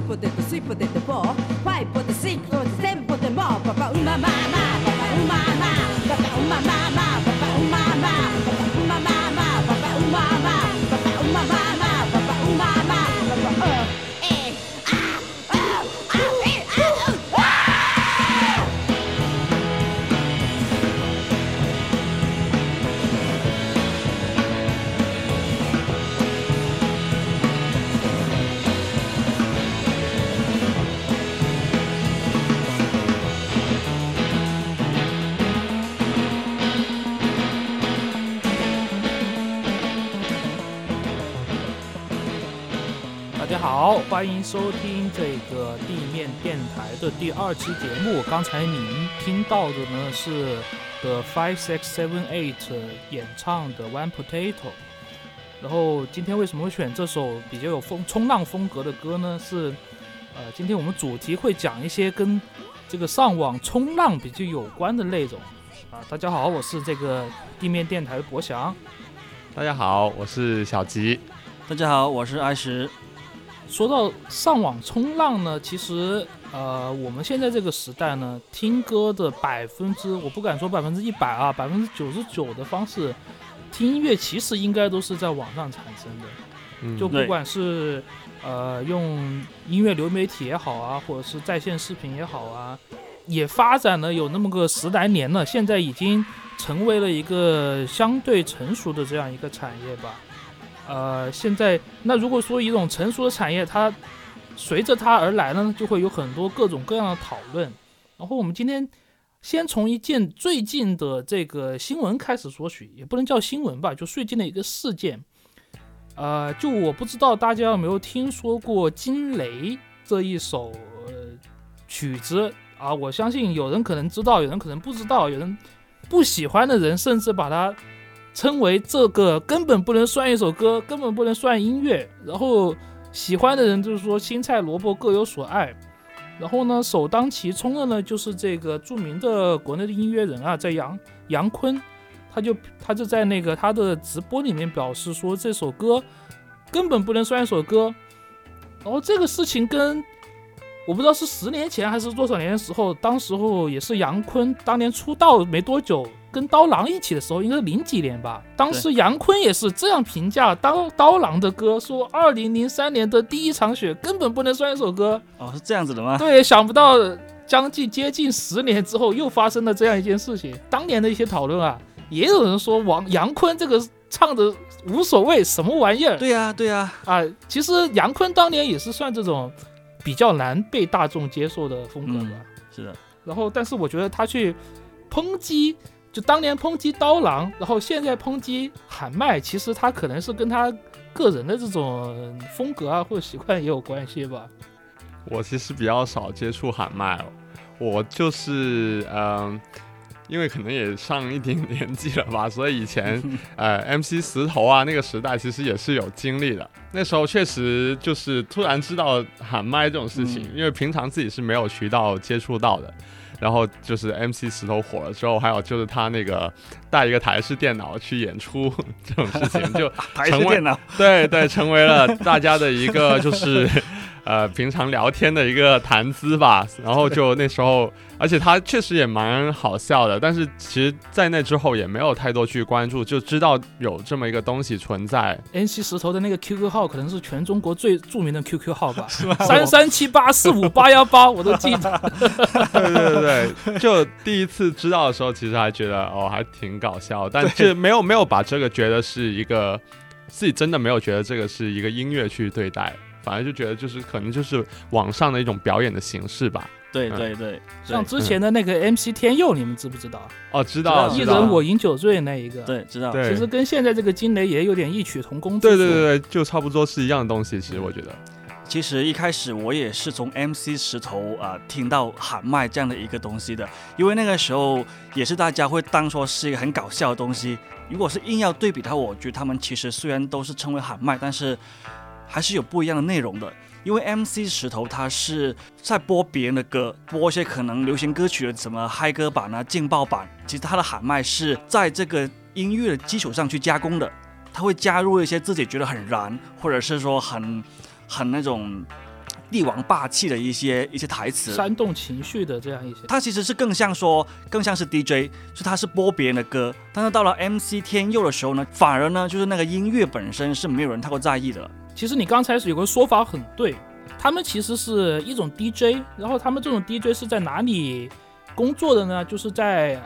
ポテトスイポテトフォーファイポテトシックスセブンポテトモーパパうまままパパうままパパうまままパパうままパパうまままパパうままパパうまままパパうままパパ大家好，欢迎收听这个地面电台的第2期节目。刚才您听到的呢是 The 5678演唱的 One Potato。然后今天为什么会选这首比较有冲浪风格的歌呢？是今天我们主题会讲一些跟这个上网冲浪比较有关的内容大家好，我是这个地面电台的博翔。 大家好，我是小吉。 大家好，我是艾石。 说到上网冲浪呢，其实我们现在这个时代呢，听歌的我不敢说100%啊，99%的方式听音乐其实应该都是在网上产生的。就不管是用音乐流媒体也好啊，或者是在线视频也好啊，也发展了有那么个10来年了，现在已经成为了一个相对成熟的这样一个产业吧。现在那如果说一种成熟的产业，它随着它而来呢，就会有很多各种各样的讨论。然后我们今天先从一件最近的这个新闻开始说起，也不能叫新闻吧，就最近的一个事件。就我不知道大家有没有听说过《惊雷》这一首曲子啊？我相信有人可能知道，有人可能不知道，有人不喜欢的人甚至把它称为这个根本不能算一首歌，根本不能算音乐。然后喜欢的人就是说青菜萝卜各有所爱。然后呢，首当其冲的呢就是这个著名的国内的音乐人啊，在杨坤，他就在那个他的直播里面表示说这首歌根本不能算一首歌。然后这个事情跟我不知道是10年前还是多少年的时候，当时候也是杨坤当年出道没多久，跟刀郎一起的时候，应该是00几年吧。当时杨坤也是这样评价刀郎的歌，说2003年的第一场雪根本不能算一首歌。 哦，是这样子的吗？ 对，想不到接近10年之后又发生了这样一件事情。当年的一些讨论啊，也有人说杨坤这个唱的无所谓，什么玩意儿？ 对呀其实杨坤当年也是算这种比较难被大众接受的风格吧。 是的。 然后但是我觉得他去抨击，就当年抨击刀郎，然后现在抨击喊麦，其实他可能是跟他个人的这种风格啊或者习惯也有关系吧。 我其实比较少接触喊麦我就是因为可能也上一点年纪了吧，所以以前MC 石头啊那个时代其实也是有经历的。那时候确实就是突然知道喊麦这种事情，因为平常自己是没有渠道接触到的。然后就是 MC 石头火了之后，还有就是他那个带一个台式电脑去演出这种事情，就台式电脑对，成为了大家的一个就是平常聊天的一个谈资吧。然后就那时候，而且他确实也蛮好笑的，但是其实在那之后也没有太多去关注，就知道有这么一个东西存在。 MC 石头的那个 QQ 号可能是全中国最著名的 QQ 号吧，3378458818我都记得。 对，就第一次知道的时候，其实还觉得还挺搞笑，但是没有把这个觉得是一个，自己真的没有觉得这个是一个音乐去对待，反而就觉得就是可能就是网上的一种表演的形式吧。 对， 像之前的那个 MC 天佑，你们知不知道？ 知道， 一人我饮酒醉那一个。 对，知道。 其实跟现在这个惊雷也有点异曲同工之处。 对，就差不多是一样的东西。其实我觉得， 其实一开始我也是从 MC 石头听到喊麦这样的一个东西的，因为那个时候也是大家会当说是一个很搞笑的东西。如果是硬要对比它，我觉得他们其实虽然都是称为喊麦，但是还是有不一样的内容的。因为 MC 石头他是在播别人的歌，播一些可能流行歌曲的什么嗨歌版啊、劲爆版，其实他的喊麦是在这个音乐的基础上去加工的，他会加入一些自己觉得很燃，或者是说很那种帝王霸气的一些台词， 煽动情绪的这样一些。 他其实是更像是 DJ， 所以他是播别人的歌。但是到了 MC 天佑的时候呢，反而呢就是那个音乐本身是没有人太过在意的。 其实你刚才有个说法很对，他们其实是一种 DJ， 然后他们这种 DJ 是在哪里工作的呢？就是在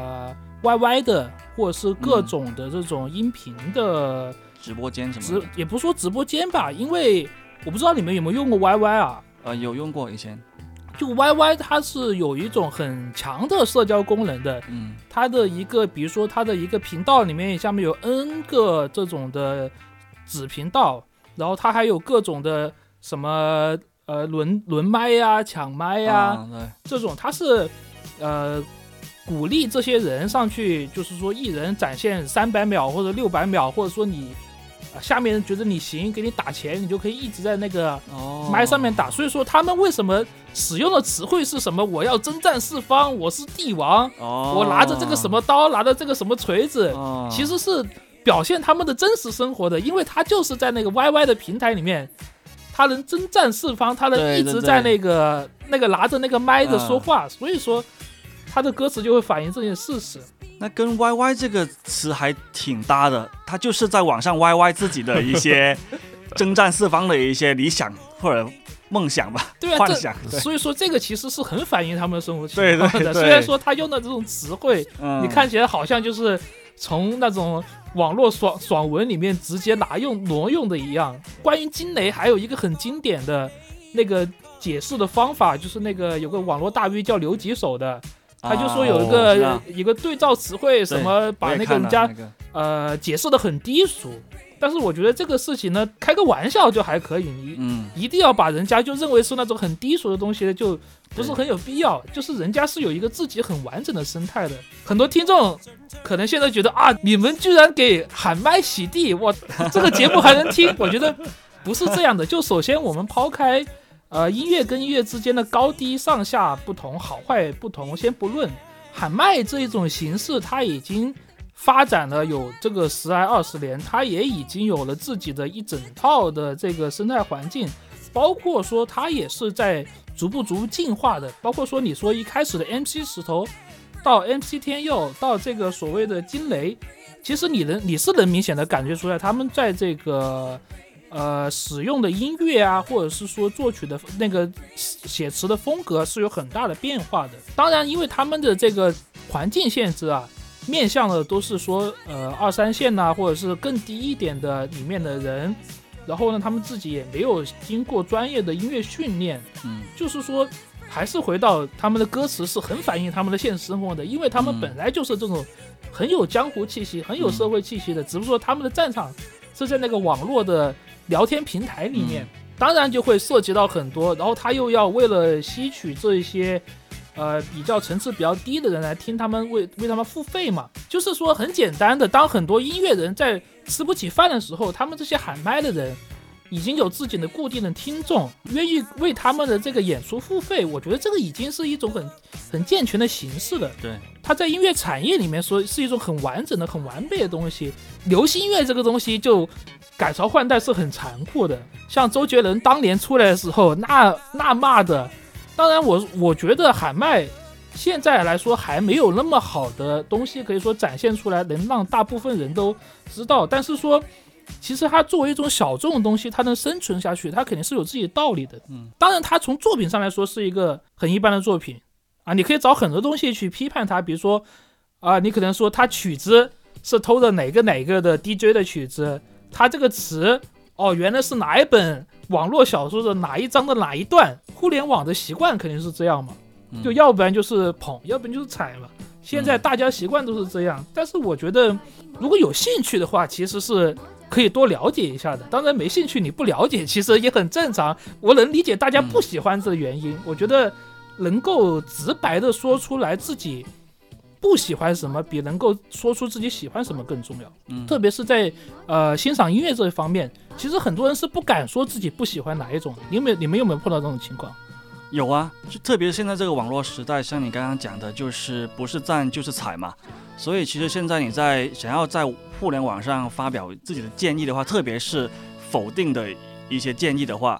YY 的或者是各种的这种音频的直播间什么的， 也不说直播间吧，因为我不知道你们有没有用过 YY 啊？ 有用过以前。 就 YY 它是有一种很强的社交功能的，它的一个比如说它的一个频道里面下面有 N 个这种的子频道，然后它还有各种的什么轮麦呀、抢麦呀、这种，它是鼓励这些人上去，就是说一人展现300秒或者600秒，或者说你下面人觉得你行，给你打钱，你就可以一直在那个麦上面打。所以说他们为什么使用的词汇是什么？我要征战四方，我是帝王，我拿着这个什么刀，拿着这个什么锤子，其实是表现他们的真实生活的，因为他就是在那个 YY 的平台里面，他能征战四方，他能一直在那个拿着那个麦的说话，所以说他的歌词就会反映这件事实。 那跟 YY 这个词还挺搭的，他就是在网上 YY 自己的一些征战四方的一些理想或者梦想吧， 对啊， 幻想。 所以说这个其实是很反映他们的生活情况的。虽然说他用的这种词汇，你看起来好像就是从那种网络爽文里面直接挪用的一样。关于惊雷还有一个很经典的那个解释的方法，就是那个有个网络大 V 叫刘吉手的。他就说有一个对照词汇，什么把那个人家解释的很低俗，但是我觉得这个事情呢，开个玩笑就还可以，你一定要把人家就认为是那种很低俗的东西，就不是很有必要。就是人家是有一个自己很完整的生态的。很多听众可能现在觉得啊，你们居然给喊麦洗地，哇，这个节目还能听？我觉得不是这样的。就首先我们抛开音乐跟音乐之间的高低上下不同，好坏不同，先不论，喊麦这一种形式，它已经发展了有这个10来20年，它也已经有了自己的一整套的这个生态环境，包括说它也是在逐步进化的，包括说你说一开始的 MC 石头到 MC 天佑到这个所谓的惊雷，其实你是能明显的感觉出来，他们在这个使用的音乐啊，或者是说作曲的那个写词的风格是有很大的变化的。当然因为他们的这个环境限制啊，面向的都是说2、3线啊，或者是更低一点的里面的人，然后呢他们自己也没有经过专业的音乐训练，就是说还是回到他们的歌词是很反映他们的现实生活的，因为他们本来就是这种很有江湖气息很有社会气息的，只不过他们的战场是在那个网络的聊天平台里面，当然就会涉及到很多，然后他又要为了吸取这些比较层次比较低的人来听他们，为他们付费嘛。就是说很简单的，当很多音乐人在吃不起饭的时候，他们这些喊麦的人已经有自己的固定的听众，愿意为他们的这个演出付费，我觉得这个已经是一种很健全的形式了。 对， 它在音乐产业里面说是一种很完整的很完备的东西。流行音乐这个东西就改朝换代是很残酷的，像周杰伦当年出来的时候那骂的，当然我觉得喊麦现在来说还没有那么好的东西可以说展现出来能让大部分人都知道，但是说其实它作为一种小众的东西，它能生存下去，它肯定是有自己的道理的。当然它从作品上来说是一个很一般的作品啊，你可以找很多东西去批判它，比如说你可能说它曲子是偷的哪个的 DJ 的曲子，它这个词原来是哪一本网络小说的哪一章的哪一段，互联网的习惯肯定是这样嘛，就要不然就是捧，要不然就是踩嘛，现在大家习惯都是这样。但是我觉得如果有兴趣的话，其实是可以多了解一下的，当然没兴趣你不了解其实也很正常，我能理解大家不喜欢这个原因。我觉得能够直白的说出来自己不喜欢什么比能够说出自己喜欢什么更重要。特别是在欣赏音乐这一方面，其实很多人是不敢说自己不喜欢哪一种。你们有没有碰到这种情况？ 有啊，就特别是现在这个网络时代，像你刚刚讲的，就是不是赞就是踩嘛。所以其实现在你想要在互联网上发表自己的建议的话，特别是否定的一些建议的话，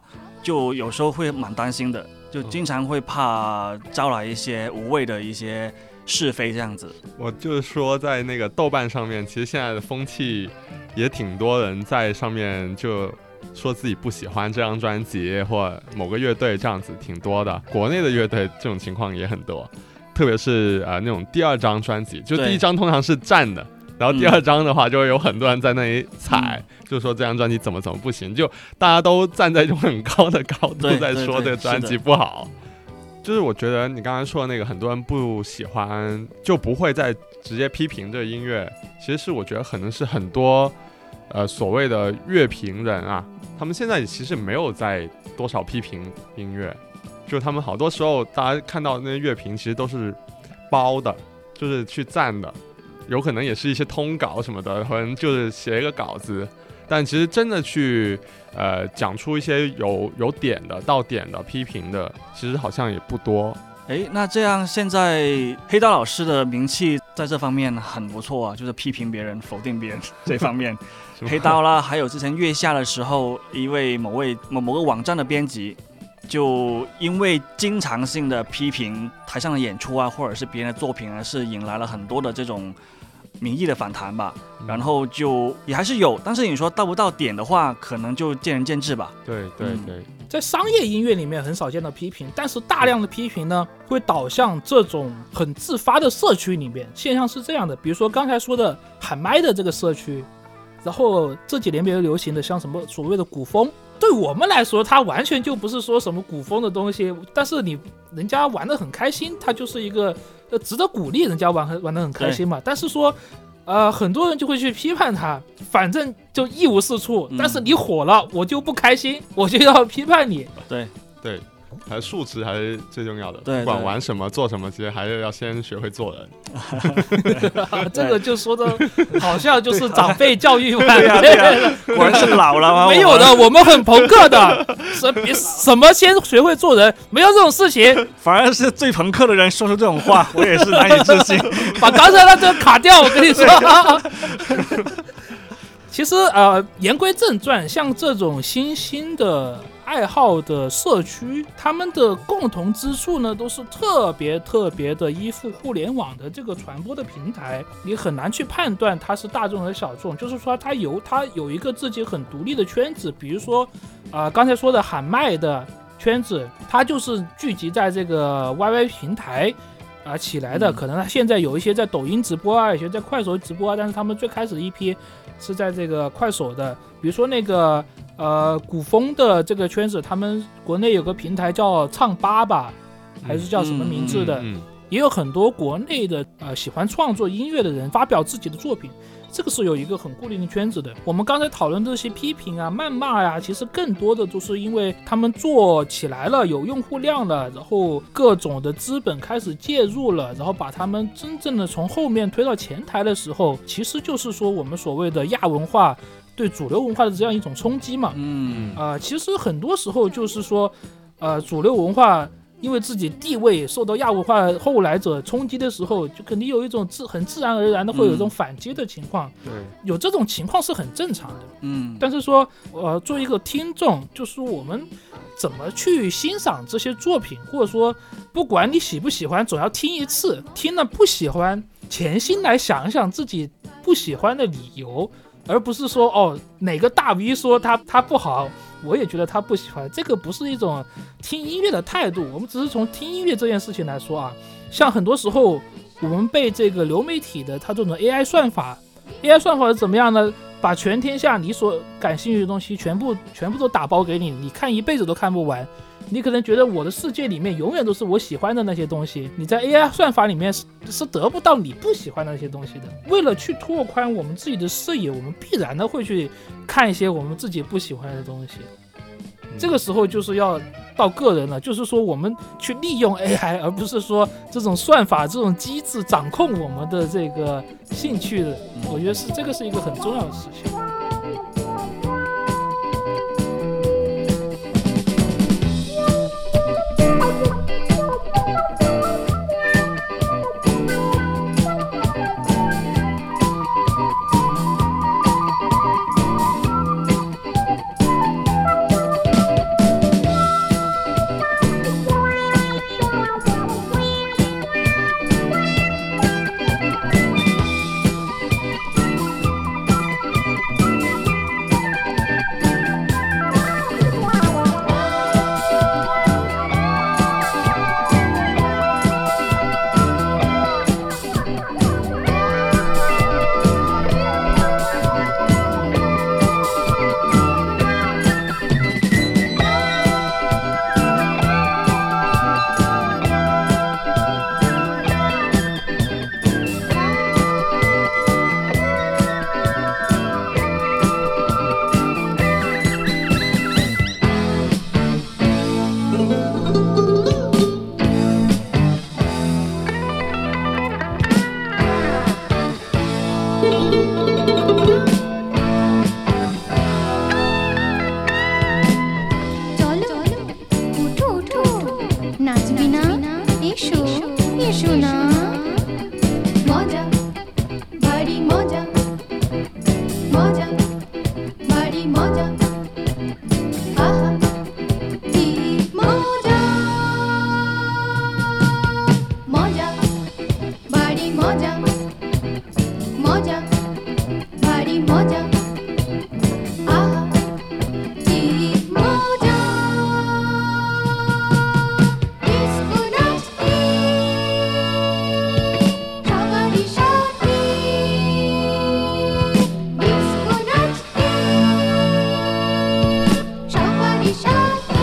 就有时候会蛮担心的，就经常会怕招来一些无谓的一些是非这样子。 我就是说，在那个豆瓣上面，其实现在的风气也挺多人在上面就说自己不喜欢这张专辑或某个乐队，这样子挺多的。国内的乐队这种情况也很多，特别是那种第二张专辑，就第一张通常是站的，然后第二张的话就会有很多人在那里踩，就说这张专辑怎么不行，就大家都站在一种很高的高度在说这个专辑不好。就是我觉得你刚才说的那个，很多人不喜欢就不会再直接批评这个音乐，其实是我觉得可能是很多所谓的乐评人啊，他们现在其实没有在多少批评音乐，就他们好多时候大家看到那些乐评其实都是包的，就是去赞的，有可能也是一些通稿什么的，可能就是写一个稿子，但其实真的去讲出一些有点的到点的批评的，其实好像也不多。 那这样现在黑刀老师的名气在这方面很不错啊，就是批评别人否定别人这方面黑刀啦，还有之前月下的时候，一位某个网站的编辑就因为经常性的批评台上的演出啊，或者是别人的作品啊，是引来了很多的这种民意的反弹吧。然后就也还是有，但是你说到不到点的话，可能就见仁见智吧。 对， 在商业音乐里面很少见到批评，但是大量的批评呢，会导向这种很自发的社区里面。现象是这样的，比如说刚才说的喊麦的这个社区，然后这几年比较流行的像什么所谓的古风，对我们来说它完全就不是说什么古风的东西，但是人家玩得很开心，它就是一个值得鼓励人家玩得很开心嘛。但是说很多人就会去批判他，反正就一无是处，但是你火了我就不开心，我就要批判你。 对，还是素质还是最重要的。 对， 不管玩什么做什么，其实还是要先学会做人。 这个就说的好像就是长辈教育嘛。 对啊，果然是老了吗？ 没有的，我们很朋克的，什么先学会做人，没有这种事情。 反而是最朋克的人说出这种话，我也是难以置信。 把刚才那个卡掉，我跟你说。其实言归正传，像这种新兴的爱好的社区，他们的共同之处呢，都是特别的依附互联网的这个传播的平台，你很难去判断它是大众和小众，就是说它有一个自己很独立的圈子。比如说刚才说的喊麦的圈子，它就是聚集在这个 YY 平台起来的，可能他现在有一些在抖音直播啊，有些在快手直播啊，但是他们最开始的一批是在这个快手的。比如说那个古风的这个圈子，他们国内有个平台叫唱吧吧，还是叫什么名字的，也有很多国内的喜欢创作音乐的人发表自己的作品，这个是有一个很固定的圈子的。我们刚才讨论这些批评啊、谩骂呀，其实更多的都是因为他们做起来了，有用户量了，然后各种的资本开始介入了，然后把他们真正的从后面推到前台的时候，其实就是说我们所谓的亚文化对主流文化的这样一种冲击嘛。其实很多时候就是说主流文化因为自己地位受到亚文化后来者冲击的时候，就肯定有一种很自然而然的会有一种反击的情况。有这种情况是很正常的。但是说作为一个听众，就是我们怎么去欣赏这些作品，或者说不管你喜不喜欢，总要听一次，听了不喜欢，潜心来想一想自己不喜欢的理由，而不是说哪个大 V 说他不好，我也觉得他不喜欢，这个不是一种听音乐的态度。我们只是从听音乐这件事情来说像很多时候我们被这个流媒体的它这种 AI 算法是怎么样呢？把全天下你所感兴趣的东西全部都打包给你，你看一辈子都看不完。你可能觉得我的世界里面永远都是我喜欢的那些东西，你在 AI 算法里面是得不到你不喜欢的那些东西的。为了去拓宽我们自己的视野，我们必然的会去看一些我们自己不喜欢的东西。这个时候就是要到个人了，就是说我们去利用 AI， 而不是说这种算法这种机制掌控我们的这个兴趣的。我觉得这个是一个很重要的事情。 moja, bali moja, aha, i moja, moja, bali moja, moja, bali moja, aha, i moja. Disco night, shawari shawari. Disco night, shawari shawari.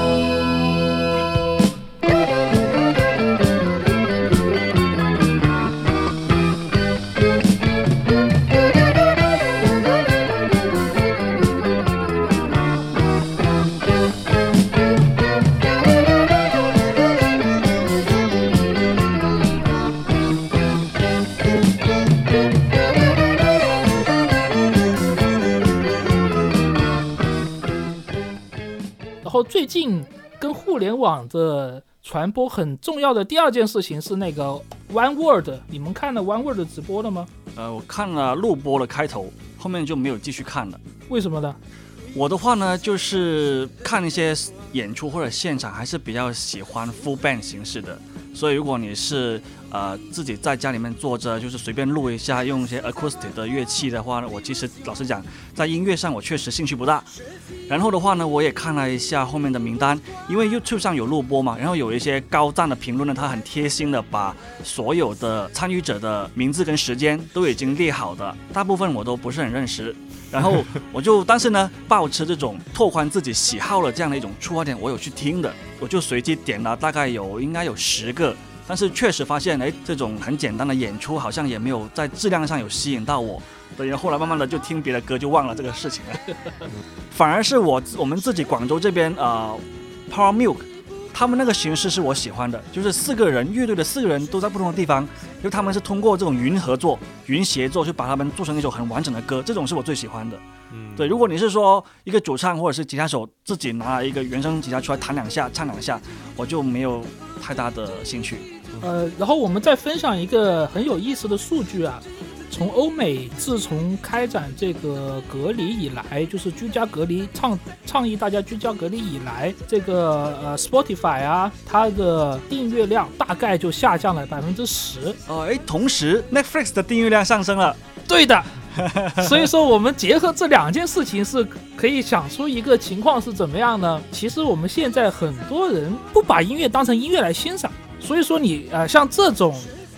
然后最近跟互联网的传播很重要的第二件事情是那个 One Word， 你们看了 One Word 直播了吗？ 我看了录播的开头，后面就没有继续看了。 为什么呢？ 我的话呢，就是看一些演出或者现场，还是比较喜欢 full band 形式的。所以如果你是自己在家里面坐着，就是随便录一下，用一些 acoustic 的乐器的话呢，我其实老实讲，在音乐上我确实兴趣不大。然后的话呢，我也看了一下后面的名单，因为 YouTube 上有录播嘛，然后有一些高赞的评论呢，他很贴心的把所有的参与者的名字跟时间都已经列好的，大部分我都不是很认识。然后我就，但是呢，抱持这种拓宽自己喜好的这样的一种出发点，我有去听的，我就随机点了大概应该有10个，但是确实发现，这种很简单的演出好像也没有在质量上有吸引到我。对，然后后来慢慢的就听别的歌，就忘了这个事情了。反而是我们自己广州这边Power Milk， 他们那个形式是我喜欢的，就是4个人乐队的4个人都在不同的地方，因为他们是通过这种云合作、云协作，去把他们做成一首很完整的歌，这种是我最喜欢的。对，如果你是说一个主唱或者是吉他手自己拿了一个原声吉他出来弹2下、唱2下，我就没有太大的兴趣。 然后我们再分享一个很有意思的数据啊，从欧美自从开展这个隔离以来，就是居家隔离倡议大家居家隔离以来，这个Spotify 啊，它的订阅量大概就下降了10%。 同时 Netflix 的订阅量上升了。 对的。所以说我们结合这2件事情，是可以想出一个情况是怎么样呢？其实我们现在很多人不把音乐当成音乐来欣赏，所以说你像这种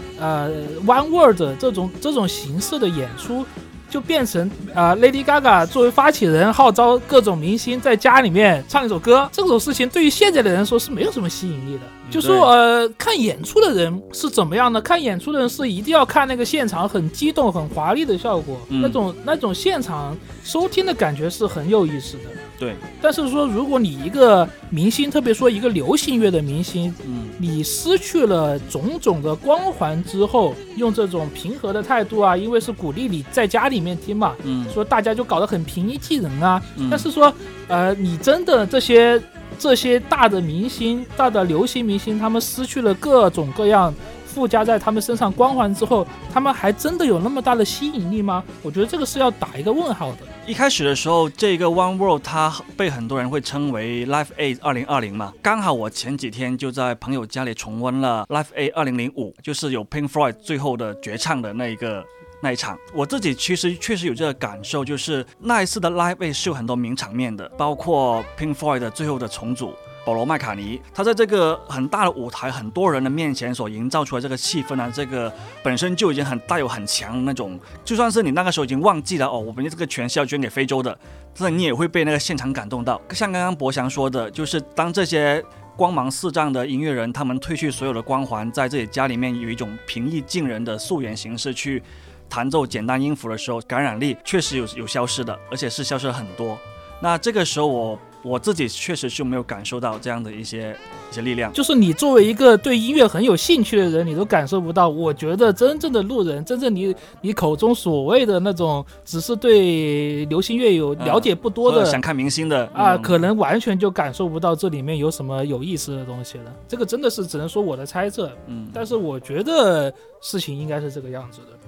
One Word 这种形式的演出，就变成Lady Gaga 作为发起人号召各种明星在家里面唱一首歌，这种事情对于现在的人说是没有什么吸引力的。就说看演出的人是怎么样的？看演出的人是一定要看那个现场很激动、很华丽的效果，那种现场收听的感觉是很有意思的。 对， 但是说如果你一个明星，特别说一个流行乐的明星，你失去了种种的光环之后，用这种平和的态度啊，因为是鼓励你在家里面听嘛，说大家就搞得很平易近人啊。但是说你真的这些大的明星、大的流行明星，他们失去了各种各样附加在他们身上光环之后，他们还真的有那么大的吸引力吗？我觉得这个是要打一个问号的。 一开始的时候，这个 One World 它被很多人会称为 Live Aid 2020嘛，刚好我前几天就在朋友家里重温了 Live Aid 2005，就是有 Pink Floyd 最后的绝唱的那一场。我自己其实确实有这个感受，就是那一次的 Live Aid 是有很多名场面的，包括 Pink Floyd 的最后的重组，保罗麦卡尼他在这个很大的舞台很多人的面前所营造出来这个气氛啊，这个本身就已经带有很强的那种，就算是你那个时候已经忘记了我们这个权是要捐给非洲的，真的你也会被那个现场感动到。像刚刚博翔说的，就是当这些光芒四照的音乐人他们褪去所有的光环，在自己家里面有一种平易近人的素颜形式去弹奏简单音符的时候，感染力确实有消失的，而且是消失了很多。那这个时候我自己确实就没有感受到这样的一些力量， 就是你作为一个对音乐很有兴趣的人，你都感受不到。我觉得真正的路人，真正你口中所谓的那种只是对流行乐有了解不多的， 想看明星的可能完全就感受不到这里面有什么有意思的东西了。这个真的是只能说我的猜测，但是我觉得事情应该是这个样子的。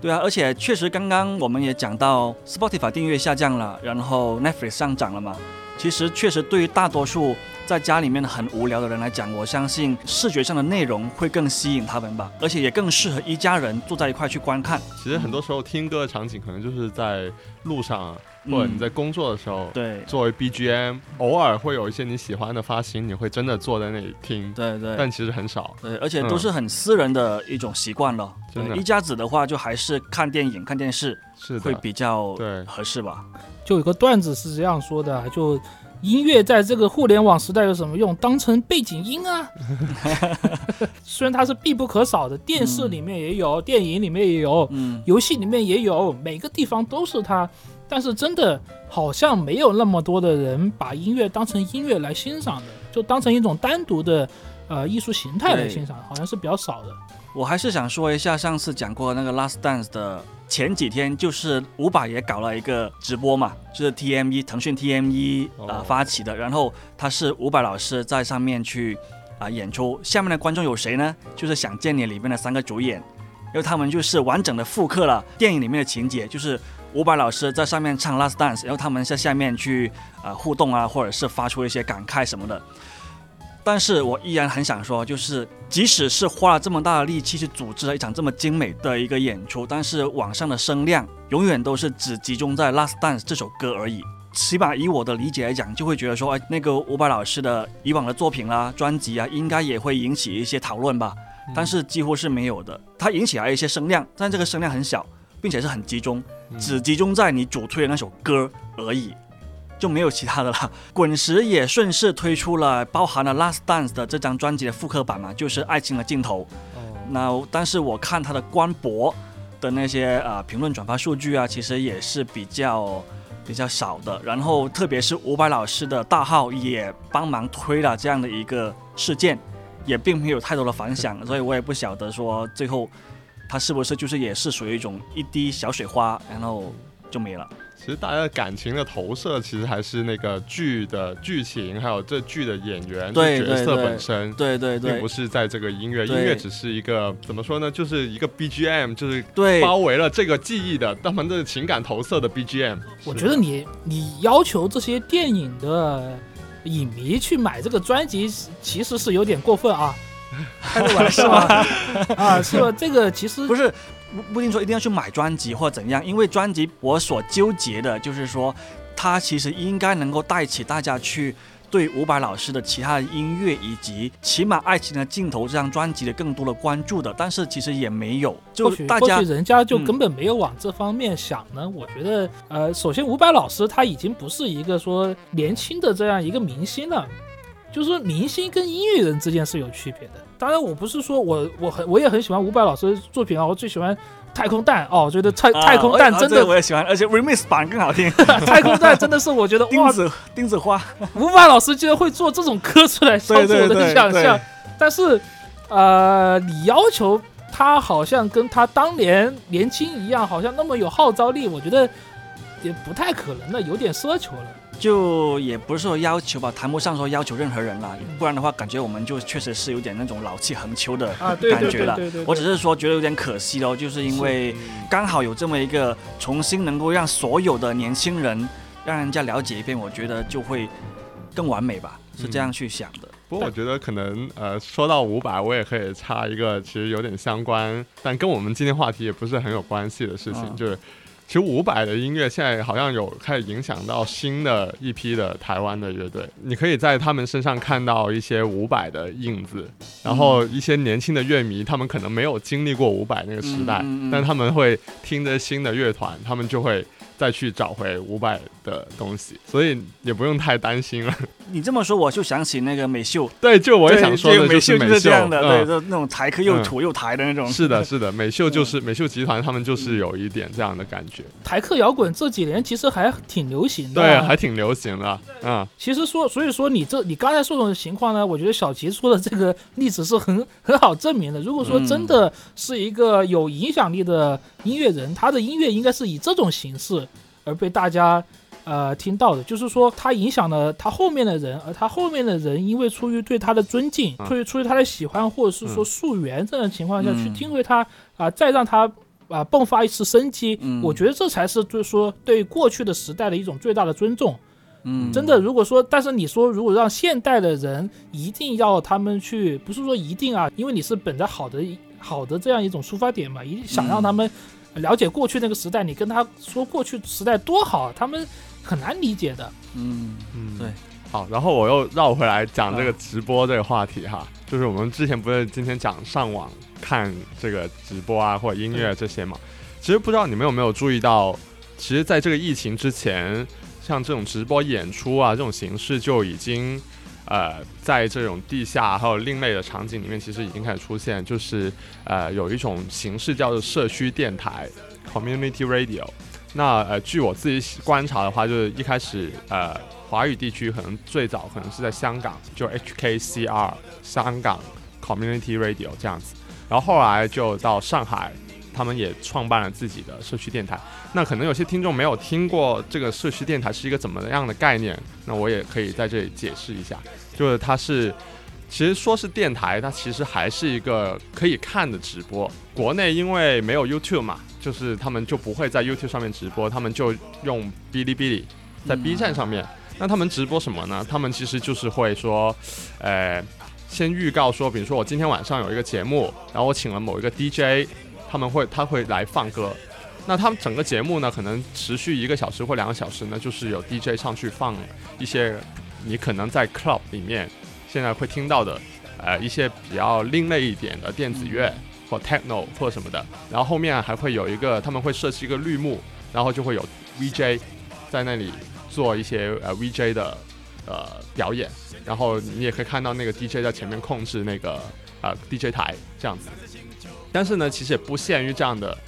对啊，而且确实刚刚我们也讲到 Spotify 订阅下降了，然后 Netflix 上涨了嘛。其实确实对于大多数在家里面很无聊的人来讲，我相信视觉上的内容会更吸引他们吧，而且也更适合一家人坐在一块去观看。 其实很多时候听歌的场景可能就是在路上，或者你在工作的时候， 对， 作为 BGM， 偶尔会有一些你喜欢的发行，你会真的坐在那里听， 对对， 但其实很少。 对，而且都是很私人的一种习惯了。 真的一家子的话，就还是看电影、看电视是的， 会比较对合适吧。 就有个段子是这样说的，就音乐在这个互联网时代有什么用？当成背景音啊！虽然它是必不可少的，电视里面也有，电影里面也有，游戏里面也有，每个地方都是它。但是真的好像没有那么多的人把音乐当成音乐来欣赏的，就当成一种单独的艺术形态来欣赏，好像是比较少的。 我还是想说一下上次讲过那个 Last Dance 的前几天，就是伍佰也搞了一个直播嘛，就是 TME 腾讯 TME 发起的，然后他是伍佰老师在上面去演出，下面的观众有谁呢？就是《想见你》里面的3个主演，因为他们就是完整的复刻了电影里面的情节，就是伍佰老师在上面唱 Last Dance， 然后他们在下面去互动啊，或者是发出一些感慨什么的。但是我依然很想说，就是即使是花了这么大的力气去组织了一场这么精美的一个演出，但是网上的声量永远都是只集中在 Last Dance 这首歌而已。起码以我的理解来讲，就会觉得说，那个伍佰老师的以往的作品啦、专辑啊，应该也会引起一些讨论吧。但是几乎是没有的。它引起来一些声量，但这个声量很小，并且是很集中，只集中在你主推的那首歌而已。就没有其他的了。滚石也顺势推出了包含了 Last Dance 的这张专辑的复刻版嘛，就是爱情的尽头。但是我看他的官博的那些评论转发数据啊，其实也是比较少的。然后特别是伍佰老师的大号也帮忙推了这样的一个事件，也并没有太多的反响，所以我也不晓得说最后他是不是就是也是属于一种一滴小水花，然后就没了。 其实大家的感情的投射，其实还是那个剧的剧情，还有这剧的演员、角色本身， 对， 并不是在这个音乐。音乐只是一个怎么说呢，就是一个 BGM， 就是包围了这个记忆的他们的情感投射的 BGM。 我觉得你要求这些电影的影迷去买这个专辑，其实是有点过分啊。开个玩笑啊，是吧？这个其实不是。不一定说一定要去买专辑或怎样，因为专辑我所纠结的就是说，它其实应该能够带起大家去对伍佰老师的其他的音乐以及起码《爱情的尽头》这张专辑的更多的关注的，但是其实也没有，就大家或许人家就根本没有往这方面想呢。我觉得首先伍佰老师他已经不是一个说年轻的这样一个明星了。就是明星跟音乐人之间是有区别的。当然，我不是说我也很喜欢伍佰老师的作品啊，我最喜欢太空蛋哦，我觉得太空蛋真的我也喜欢，而且 remix 版更好听。 太空蛋真的是我觉得钉子花， 伍佰老师居然会做这种歌出来，超出我的想象。但是你要求他好像跟他当年年轻一样，好像那么有号召力，我觉得也不太可能了，有点奢求了。 就也不是说要求吧，谈不上说要求任何人啦，不然的话感觉我们就确实是有点那种老气横秋的感觉了。我只是说觉得有点可惜咯，就是因为刚好有这么一个重新能够让所有的年轻人让人家了解一遍，我觉得就会更完美吧，是这样去想的。 不过我觉得可能说到伍佰，我也可以插一个其实有点相关，但跟我们今天话题也不是很有关系的事情，就是其实伍佰的音乐现在好像有开始影响到新的一批的台湾的乐队，你可以在他们身上看到一些伍摆的印子，然后一些年轻的乐迷他们可能没有经历过伍佰那个时代，但他们会听着新的乐团，他们就会再去找回伍佰的东西，所以也不用太担心了。 你这么说我就想起那个美秀， 对，就我也想说的就是美秀这样的，对，就那种台客又土又台的那种。 是的，是的，美秀就是美秀集团，他们就是有一点这样的感觉。 台客摇滚这几年其实还挺流行的， 对，还挺流行的。 其实所以说你刚才说的情况呢，我觉得小齐说的这个例子是很好证明的。如果说真的是一个有影响力的音乐人，他的音乐应该是以这种形式而被大家听到的，就是说他影响了他后面的人，而他后面的人因为出于对他的尊敬，出于他的喜欢，或者是说溯源这样的情况下去听回他再让他迸发一次生机。我觉得这才是就是说对过去的时代的一种最大的尊重。真的，如果说，但是你说如果让现代的人一定要他们去，不是说一定啊，因为你是本着好的这样一种出发点嘛，一定想让他们了解过去那个时代，你跟他说过去时代多好，他们很难理解的。 对。 好，然后我又绕回来讲这个直播这个话题哈，就是我们之前不是今天讲上网看这个直播啊或者音乐这些嘛，其实不知道你们有没有注意到，其实在这个疫情之前，像这种直播演出啊这种形式就已经在这种地下还有另类的场景里面其实已经开始出现，就是有一种形式叫做社区电台 Community Radio。 那据我自己观察的话，就是一开始华语地区可能最早可能是在香港，就 HKCR 香港 Community Radio 这样子，然后后来就到上海，他们也创办了自己的社区电台。那可能有些听众没有听过这个社区电台是一个怎么样的概念，那我也可以在这里解释一下，就是它是其实说是电台，它其实还是一个可以看的直播。国内因为没有 YouTube 嘛，就是他们就不会在 YouTube 上面直播，他们就用哔哩哔哩在 B 站上面。那他们直播什么呢？他们其实就是会说先预告说，比如说我今天晚上有一个节目，然后我请了某一个 DJ， 他会来放歌。那他们整个节目呢，可能持续1个小时或2个小时呢，就是有 DJ 上去放一些你可能在 club 里面现在会听到的一些比较另类一点的电子乐或 techno 或什么的。然后后面还会有一个，他们会设计一个绿幕，然后就会有 VJ 在那里做一些VJ 的表演，然后你也可以看到那个 DJ 在前面控制那个DJ 台这样子。但是呢，其实也不限于这样的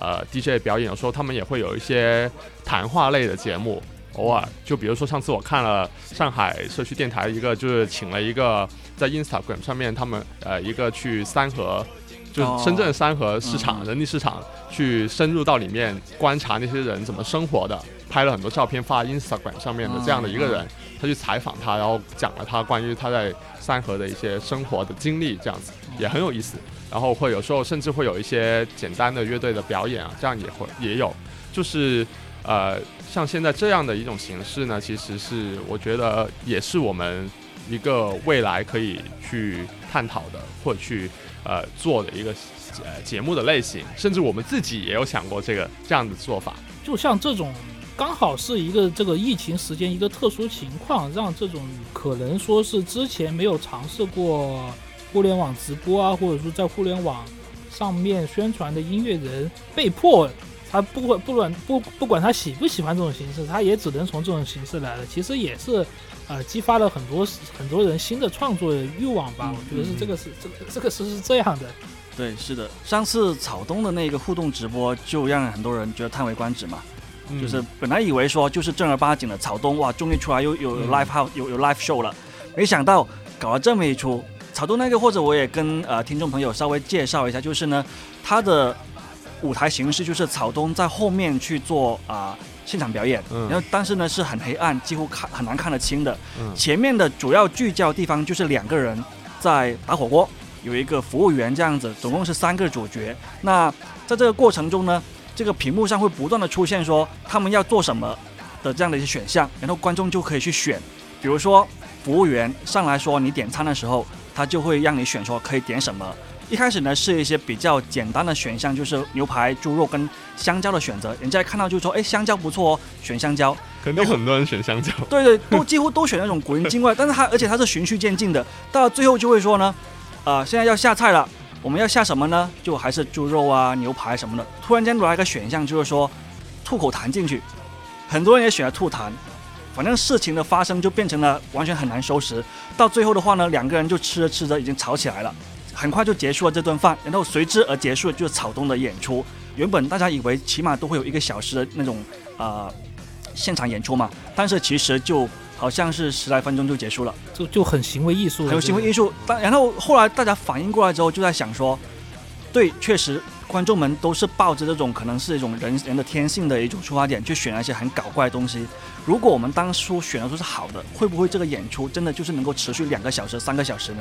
DJ 表演，有时候他们也会有一些谈话类的节目，偶尔就比如说上次我看了上海社区电台一个，就是请了一个在 Instagram 上面他们一个去三河，就是深圳的三河市场、人力市场，去深入到里面观察那些人怎么生活的，拍了很多照片发 Instagram 上面的这样的一个人，他去采访他，然后讲了他关于他在三河的一些生活的经历，这样子也很有意思。然后会有时候甚至会有一些简单的乐队的表演啊，这样也有，就是像现在这样的一种形式呢，其实是我觉得也是我们一个未来可以去探讨的或者去做的一个节目的类型，甚至我们自己也有想过这样的做法。 就像这种刚好是一个这个疫情时间一个特殊情况，让这种可能说是之前没有尝试过互联网直播啊，或者说在互联网上面宣传的音乐人，被迫他不管他喜不喜欢这种形式，他也只能从这种形式来了。其实也是激发了很多人新的创作欲望吧。我觉得是这个是这样的。 对，是的，上次草东的那个互动直播就让很多人觉得叹为观止嘛。就是本来以为说就是正儿八经的草东，哇，终于出来有 live house 有 live show 了，没想到搞了这么一出。草东那个，或者我也跟听众朋友稍微介绍一下，就是呢，他的舞台形式就是草东在后面去做现场表演，然后但是呢是很黑暗，几乎很难看得清的。前面的主要聚焦地方就是2个人在打火锅，有一个服务员这样子，总共是3个主角。那在这个过程中呢，这个屏幕上会不断的出现说他们要做什么的这样的一些选项，然后观众就可以去选。比如说服务员上来说你点餐的时候，他就会让你选说可以点什么。一开始呢是一些比较简单的选项，就是牛排、猪肉跟香蕉的选择。人家看到就说，哎，香蕉不错哦，选香蕉。 肯定很多人选香蕉。 对，几乎都选那种古灵精怪，但是而且它是循序渐进的，到最后就会说呢，现在要下菜了，我们要下什么呢？就还是猪肉啊、牛排什么的。突然间来一个选项，就是说吐口痰进去，很多人也选了吐痰。反正事情的发生就变成了完全很难收拾，到最后的话呢，2个人就吃着吃着已经吵起来了，很快就结束了这顿饭，然后随之而结束的就是草东的演出。原本大家以为起码都会有1个小时的那种现场演出嘛，但是其实就好像是10来分钟就结束了， 就很行为艺术， 很有行为艺术。然后后来大家反应过来之后，就在想说，对，确实观众们都是抱着这种可能是一种人的天性的一种出发点去选一些很搞怪的东西。如果我们当初选的都是好的，会不会这个演出真的就是能够持续2个小时、3个小时呢？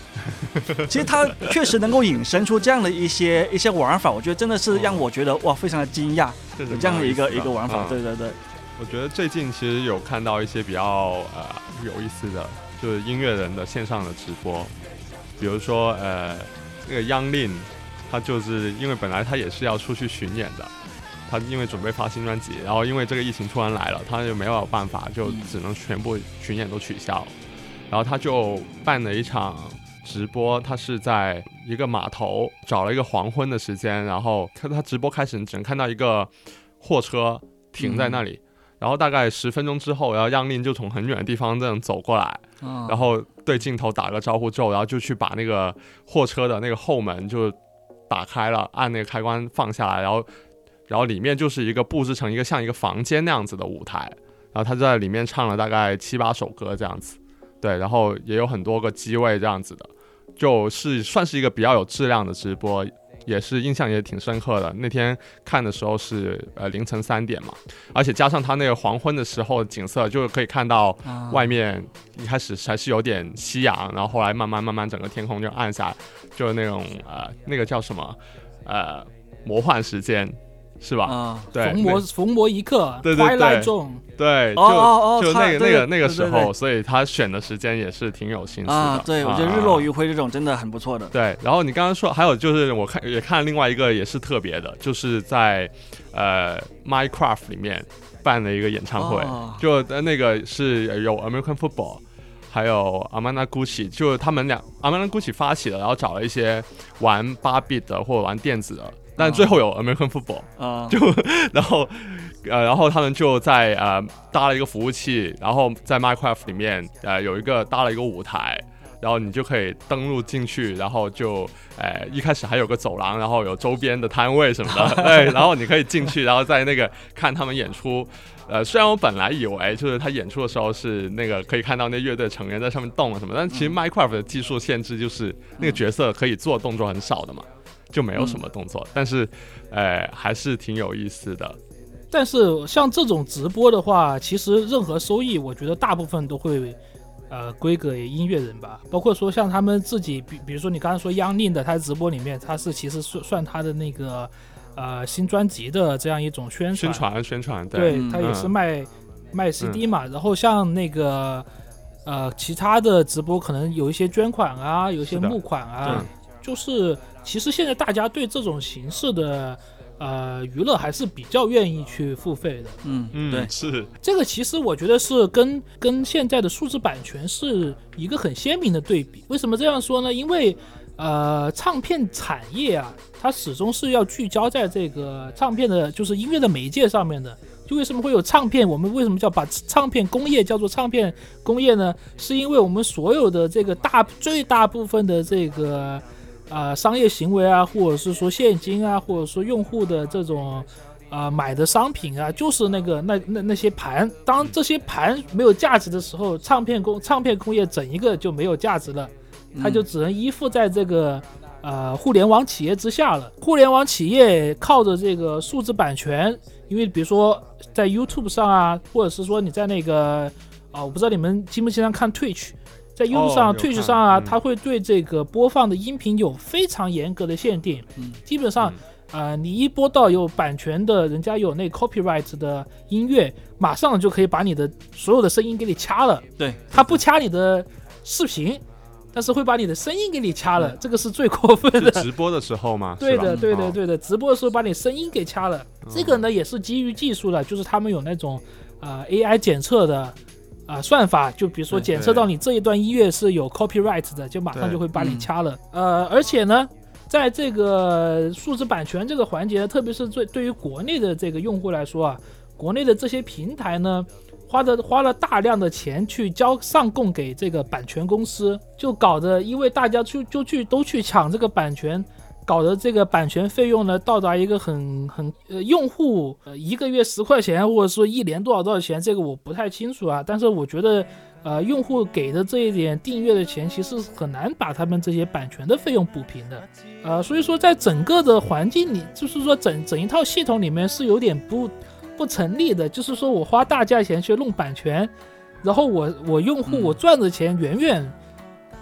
其实它确实能够引申出这样的一些玩法，我觉得真的是让我觉得哇，非常的惊讶，有这样的一个玩法。对对对， 我觉得最近其实有看到一些比较有意思的，就是音乐人的线上的直播，比如说那个央令，他就是因为本来他也是要出去巡演的，他因为准备发新专辑，然后因为这个疫情突然来了，他就没有办法，就只能全部巡演都取消，然后他就办了一场直播，他是在一个码头找了一个黄昏的时间，然后他直播开始只能看到一个货车停在那里，然后大概10分钟之后，然后央令就从很远的地方这样走过来，然后对镜头打个招呼之后，然后就去把那个货车的那个后门就打开了，按那个开关放下来，然后里面就是一个布置成一个像一个房间那样子的舞台，然后他就在里面唱了大概7、8首歌这样子，对，然后也有很多个机位这样子的，就是算是一个比较有质量的直播，也是印象也挺深刻的。那天看的时候是凌晨3点嘛，而且加上他那个黄昏的时候的景色，就可以看到外面一开始还是有点夕阳，然后后来慢慢整个天空就暗下来，就是那种那个叫什么魔幻时间。是吧？对， 逢魔一刻， 对对对 Twilight Zone， 对，就那个时候，对，所以他选的时间也是挺有心思的。 对，我觉得日落余晖这种真的很不错的。 对，然后你刚刚说还有就是我也看另外一个也是特别的，就是在Minecraft 里面办了一个演唱会，就那个是有 American Football。还有 Amanda Gucci， 就他们俩 Amanda Gucci 发起的，然后找了一些玩8bit 的或者玩电子的，但最后有 American Football， 就然后他们就在搭了一个服务器，然后在 Minecraft 里面搭了一个舞台，然后你就可以登录进去，然后就一开始还有个走廊，然后有周边的摊位什么的，对，然后你可以进去，然后在那个看他们演出。虽然我本来以为就是他演出的时候是那个可以看到那乐队成员在上面动了什么，但其实 Minecraft 的技术限制就是那个角色可以做动作很少的嘛，就没有什么动作，但是还是挺有意思的。 但是像这种直播的话，其实任何收益，我觉得大部分都会归给音乐人吧，包括说像他们自己，比如说你刚才说央令的，他在直播里面他是其实算他的那个新专辑的这样一种宣传，对，他也是卖 CD 嘛，然后像那个其他的直播可能有一些捐款啊，有一些募款啊，就是其实现在大家对这种形式的娱乐还是比较愿意去付费的。 对， 是这个其实我觉得是跟现在的数字版权是一个很鲜明的对比。为什么这样说呢？因为唱片产业啊，它始终是要聚焦在这个唱片的，就是音乐的媒介上面的。就为什么会有唱片？我们为什么叫把唱片工业叫做唱片工业呢？是因为我们所有的这个最大部分的这个商业行为啊，或者是说现金啊，或者说用户的这种买的商品啊，就是那些盘。当这些盘没有价值的时候，唱片工业整一个就没有价值了。它就只能依附在这个互联网企业之下了。互联网企业靠着这个数字版权，因为比如说在 YouTube 上啊，或者是说你在那个我不知道你们经不经常看 Twitch， 在 YouTube 上、Twitch 上啊，它会对这个播放的音频有非常严格的限定。基本上你一播到有版权的，人家有那 copyright 的音乐，马上就可以把你的所有的声音给你掐了。 对， 它不掐你的视频，但是会把你的声音给你掐了，这个是最过分的。 是直播的时候吗？ 对的，直播的时候把你声音给掐了。这个呢也是基于技术的，就是他们有那种AI 检测的算法，就比如说检测到你这一段音乐是有 copyright 的，就马上就会把你掐了。而且呢，在这个数字版权这个环节，特别是对于国内的这个用户来说啊，国内的这些平台呢，花了大量的钱去上供给这个版权公司，就搞得因为大家都去抢这个版权，搞得这个版权费用呢到达一个很用户一个月10块钱，或者说一年多少钱，这个我不太清楚啊。但是我觉得用户给的这一点订阅的钱，其实很难把他们这些版权的费用补平的。所以说在整个的环境里，就是说整一套系统里面是有点不成立的。就是说我花大价钱去弄版权，然后我用户我赚的钱远远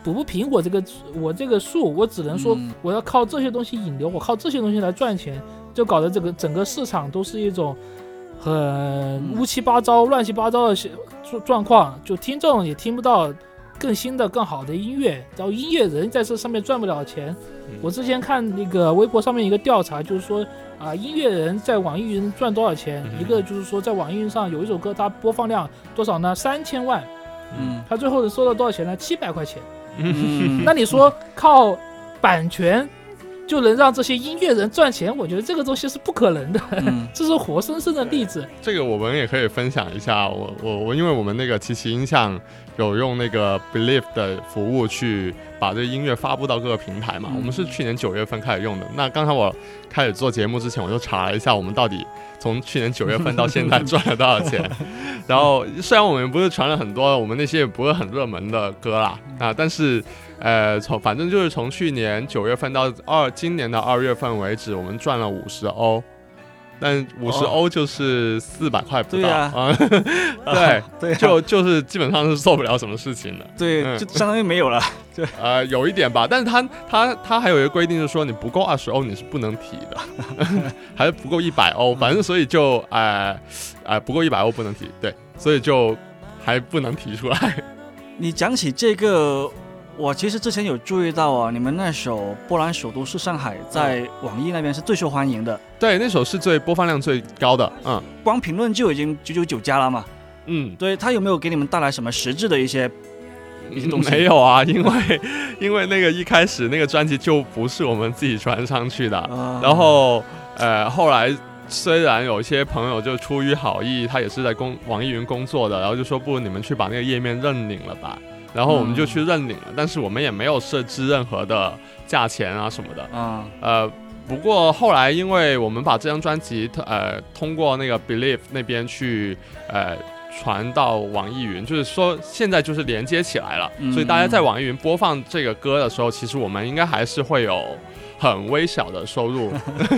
补不平我这个数，我只能说我要靠这些东西引流，我靠这些东西来赚钱，就搞得这个整个市场都是一种很乌七八糟、乱七八糟的状况，就听众也听不到更新的、更好的音乐，然后音乐人在这上面赚不了钱。我之前看那个微博上面一个调查，就是说音乐人在网易云赚多少钱？一个就是说在网易云上有一首歌，它播放量多少呢？3000万。他最后收到多少钱呢？700块钱。那你说靠版权就能让这些音乐人赚钱？我觉得这个东西是不可能的，这是活生生的例子。 这个我们也可以分享一下。我因为我们那个奇奇音像有用那个 Believe 的服务去把这个音乐发布到各个平台嘛，我们是去年9月份开始用的。那刚才我开始做节目之前，我就查了一下，我们到底从去年9月份到现在赚了多少钱。然后虽然我们不是传了很多我们那些也不是很热门的歌啦但是反正就是从去年9月份到今年的2月份为止，我们赚了50欧。但50欧就是400块不到对，就是基本上是做不了什么事情的。 对，就相当于没有了。 有一点吧，但是他还有一个规定，就是说你不够20欧你是不能提的，还是不够100欧，反正所以就不够100欧不能提，对，所以就还不能提出来。 你讲起这个，我其实之前有注意到啊，你们那首《波兰首都是上海》在网易那边是最受欢迎的。 对，那首是播放量最高的， 光评论就已经999加了嘛。对，他有没有给你们带来什么实质的一些东西？ 没有啊，因为那个一开始那个专辑就不是我们自己传上去的，然后后来虽然有些朋友就出于好意，他也是在网易云工作的，然后就说不如你们去把那个页面认领了吧。然后我们就去认领了，但是我们也没有设置任何的价钱啊什么的。不过后来因为我们把这张专辑通过那个 Believe 那边去传到网易云，就是说现在就是连接起来了，所以大家在网易云播放这个歌的时候，其实我们应该还是会有很微小的收入。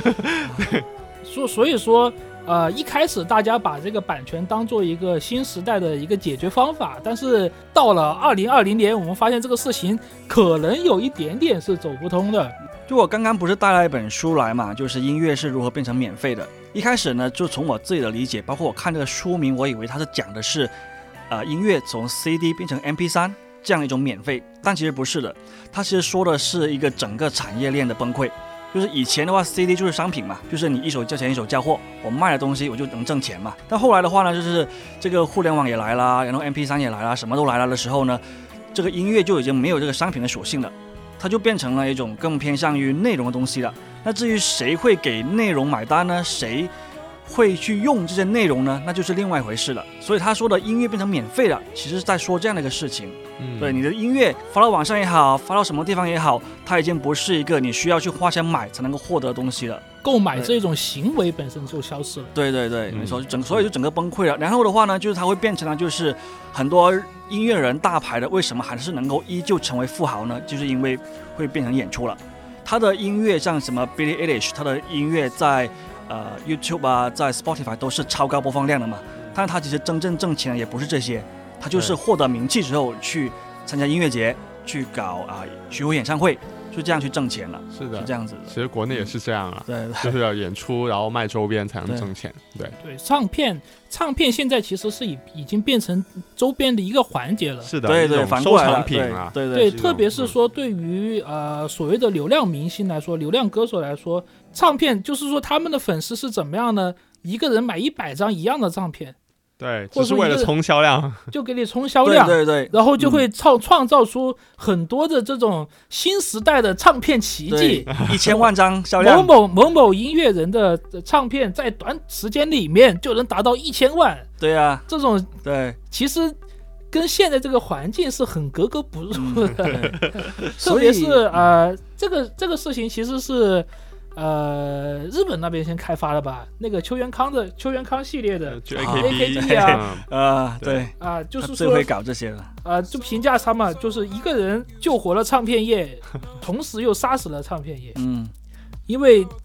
所以说一开始大家把这个版权当做一个新时代的一个解决方法，但是到了2020年，我们发现这个事情可能有一点点是走不通的。 就我刚刚不是带来一本书来嘛，就是音乐是如何变成免费的。一开始呢，就从我自己的理解，包括我看这个书名，我以为它是讲的是音乐从 CD 变成 MP3 这样一种免费，但其实不是的，它其实说的是一个整个产业链的崩溃。就是以前的话 CD 就是商品嘛，就是你一手交钱一手交货，我卖的东西我就能挣钱嘛。但后来的话呢，就是这个互联网也来啦，然后 MP3 也来啦，什么都来了的时候呢，这个音乐就已经没有这个商品的属性了，它就变成了一种更偏向于内容的东西了。那至于谁会给内容买单呢？谁会去用这些内容呢？那就是另外一回事了。所以他说的音乐变成免费了，其实是在说这样的一个事情。对，你的音乐发到网上也好，发到什么地方也好，它已经不是一个你需要去花钱买才能够获得的东西了。 购买这种行为本身就消失了。 对，没错，所以就整个崩溃了。然后的话呢，就是它会变成了，就是很多音乐人大牌的，为什么还是能够依旧成为富豪呢？就是因为会变成演出了。他的音乐像什么 Billie Eilish， 他的音乐在YouTube 啊，在 Spotify 都是超高播放量的嘛。但是他其实真正挣钱的也不是这些，他就是获得名气之后去参加音乐节，去搞巡回演唱会，就这样去挣钱了。 是的， 是这样子的。 其实国内也是这样啊， 对， 就是要演出，然后卖周边才能挣钱。对， 唱片现在其实是已经变成周边的一个环节了。 是的， 对，反过来了， 收藏品啊， 对， 特别是说对于所谓的流量明星来说，流量歌手来说，唱片就是说他们的粉丝是怎么样呢？一个人买100张一样的唱片。 对，只是为了冲销量， 就给你冲销量， 对， 然后就会创造出很多的这种新时代的唱片奇迹 ，1000万张销量， 某音乐人的唱片在短时间里面就能达到1000万， 对啊， 这种对， 其实跟现在这个环境是很格格不入的，特别是这个事情其实是。日本那边先开发了吧？那个秋元康系列的就 AKB 对就是说最会搞这些了就评价他嘛，就是一个人救活了唱片业，同时又杀死了唱片业。因为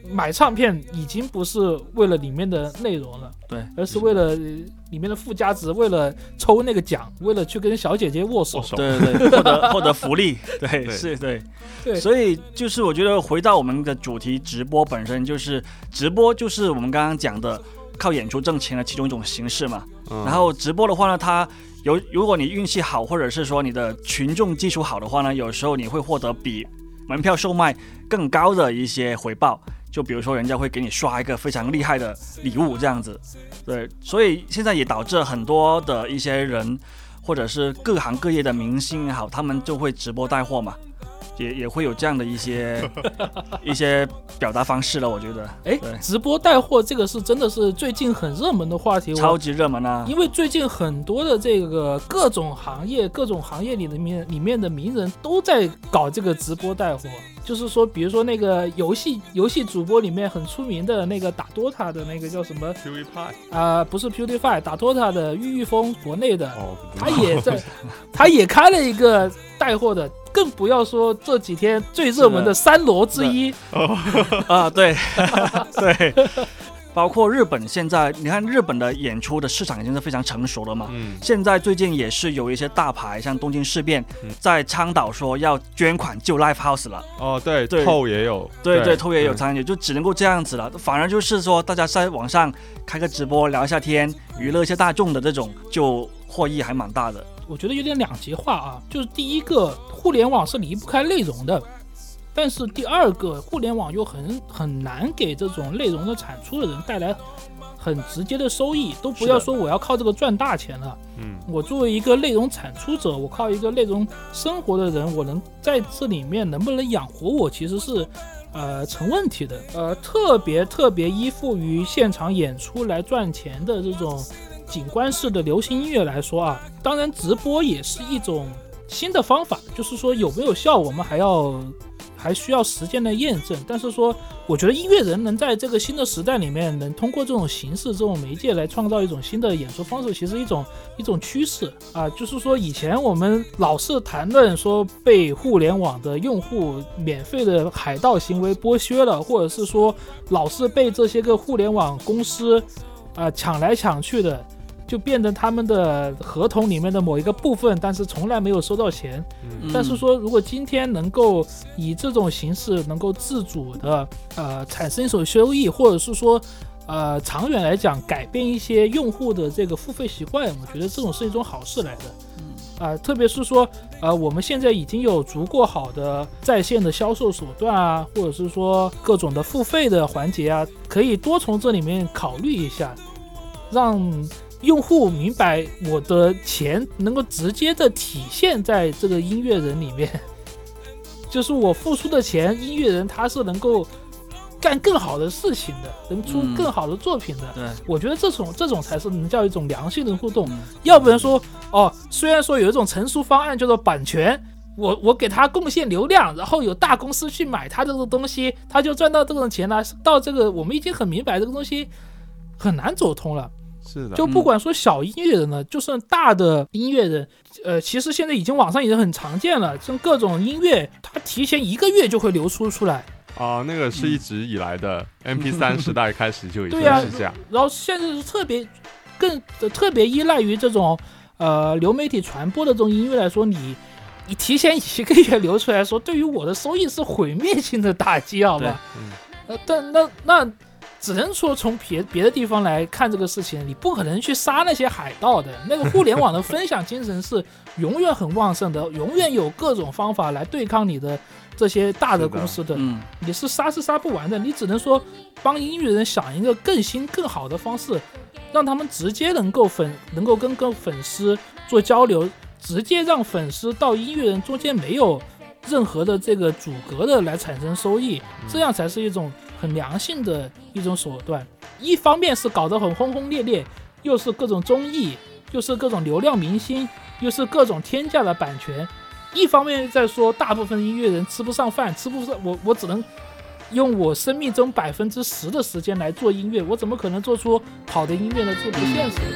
买唱片已经不是为了里面的内容了， 对， 而是为了里面的附加值，为了抽那个奖，为了去跟小姐姐握手。 对对对，获得福利，对， 对是，对。 对， 所以就是我觉得回到我们的主题，直播本身就是直播，就是我们刚刚讲的靠演出挣钱的其中一种形式嘛。然后直播的话呢，它如果你运气好，或者是说你的群众基础好的话呢，有时候你会获得比门票售卖更高的一些回报。就比如说人家会给你刷一个非常厉害的礼物这样子，对，所以现在也导致很多的一些人，或者是各行各业的明星也好，他们就会直播带货嘛。也会有这样的一些表达方式了，我觉得。 哎，直播带货这个是真的是最近很热门的话题， 超级热门啊！ 因为最近很多的这个各种行业里面的名人都在搞这个直播带货。就是说，比如说那个游戏主播里面很出名的那个打 DOTA 的那个叫什么 PewDiePie 不是 PewDiePie， 打 DOTA 的郁郁峰，国内的， 哦， 他也开了一个带货的，更不要说这几天最热门的三罗之一啊，对对。包括日本现在，你看日本的演出的市场已经是非常成熟了嘛。现在最近也是有一些大牌，像东京事变，在倡导说要捐款救 Live House 了。 哦，对， 对， 透也有， 对，透也有参与，就只能够这样子了。反而就是说，大家在网上开个直播聊一下天，娱乐一下大众的这种，就获益还蛮大的。 我觉得有点两极化啊，就是第一个，互联网是离不开内容的。但是第二个，互联网又很难给这种内容的产出的人带来很直接的收益，都不要说我要靠这个赚大钱了。我作为一个内容产出者，我靠一个内容生活的人，我能在这里面能不能养活我，其实是成问题的。特别依附于现场演出来赚钱的这种景观式的流行音乐来说啊，当然直播也是一种新的方法，就是说有没有效，我们还需要时间的验证。但是说，我觉得音乐人能在这个新的时代里面，能通过这种形式、这种媒介来创造一种新的演出方式，其实一种趋势啊。就是说，以前我们老是谈论说被互联网的用户免费的海盗行为剥削了，或者是说老是被这些个互联网公司抢来抢去的。就变成他们的合同里面的某一个部分，但是从来没有收到钱。但是说，如果今天能够以这种形式能够自主的产生一手收益，或者是说长远来讲改变一些用户的这个付费习惯，我觉得这种是一种好事来的。特别是说我们现在已经有足够好的在线的销售手段啊，或者是说各种的付费的环节啊，可以多从这里面考虑一下，让用户明白我的钱能够直接的体现在这个音乐人里面，就是我付出的钱，音乐人他是能够干更好的事情的，能出更好的作品的。 对， 我觉得这种才是能叫一种良性的互动。要不然说虽然说有一种成熟方案叫做版权，我给他贡献流量，然后有大公司去买他这个东西，他就赚到这种钱了。到这个我们已经很明白这个东西很难走通了。 是的， 就不管说小音乐人呢，就算大的音乐人，其实现在已经网上已经很常见了，像各种音乐，它提前1个月就会流出来。 那个是一直以来的MP3 时代开始就已经是这样。 然后现在是特别依赖于这种流媒体传播的这种音乐来说，你提前1个月流出来说，对于我的收益是毁灭性的打击，好吧？但那只能说从别的地方来看这个事情，你不可能去杀那些海盗的。那个互联网的分享精神是永远很旺盛的，永远有各种方法来对抗你的这些大的公司的。你是杀不完的，你只能说帮音乐人想一个更新更好的方式，让他们直接能够跟粉丝做交流，直接让粉丝到音乐人中间没有任何的这个阻隔的来产生收益，这样才是一种很良性的一种手段。一方面是搞得很轰轰烈烈，又是各种综艺，又是各种流量明星，又是各种天价的版权；一方面在说大部分音乐人吃不上饭，我只能用我生命中10%的时间来做音乐，我怎么可能做出好的音乐呢？这不现实。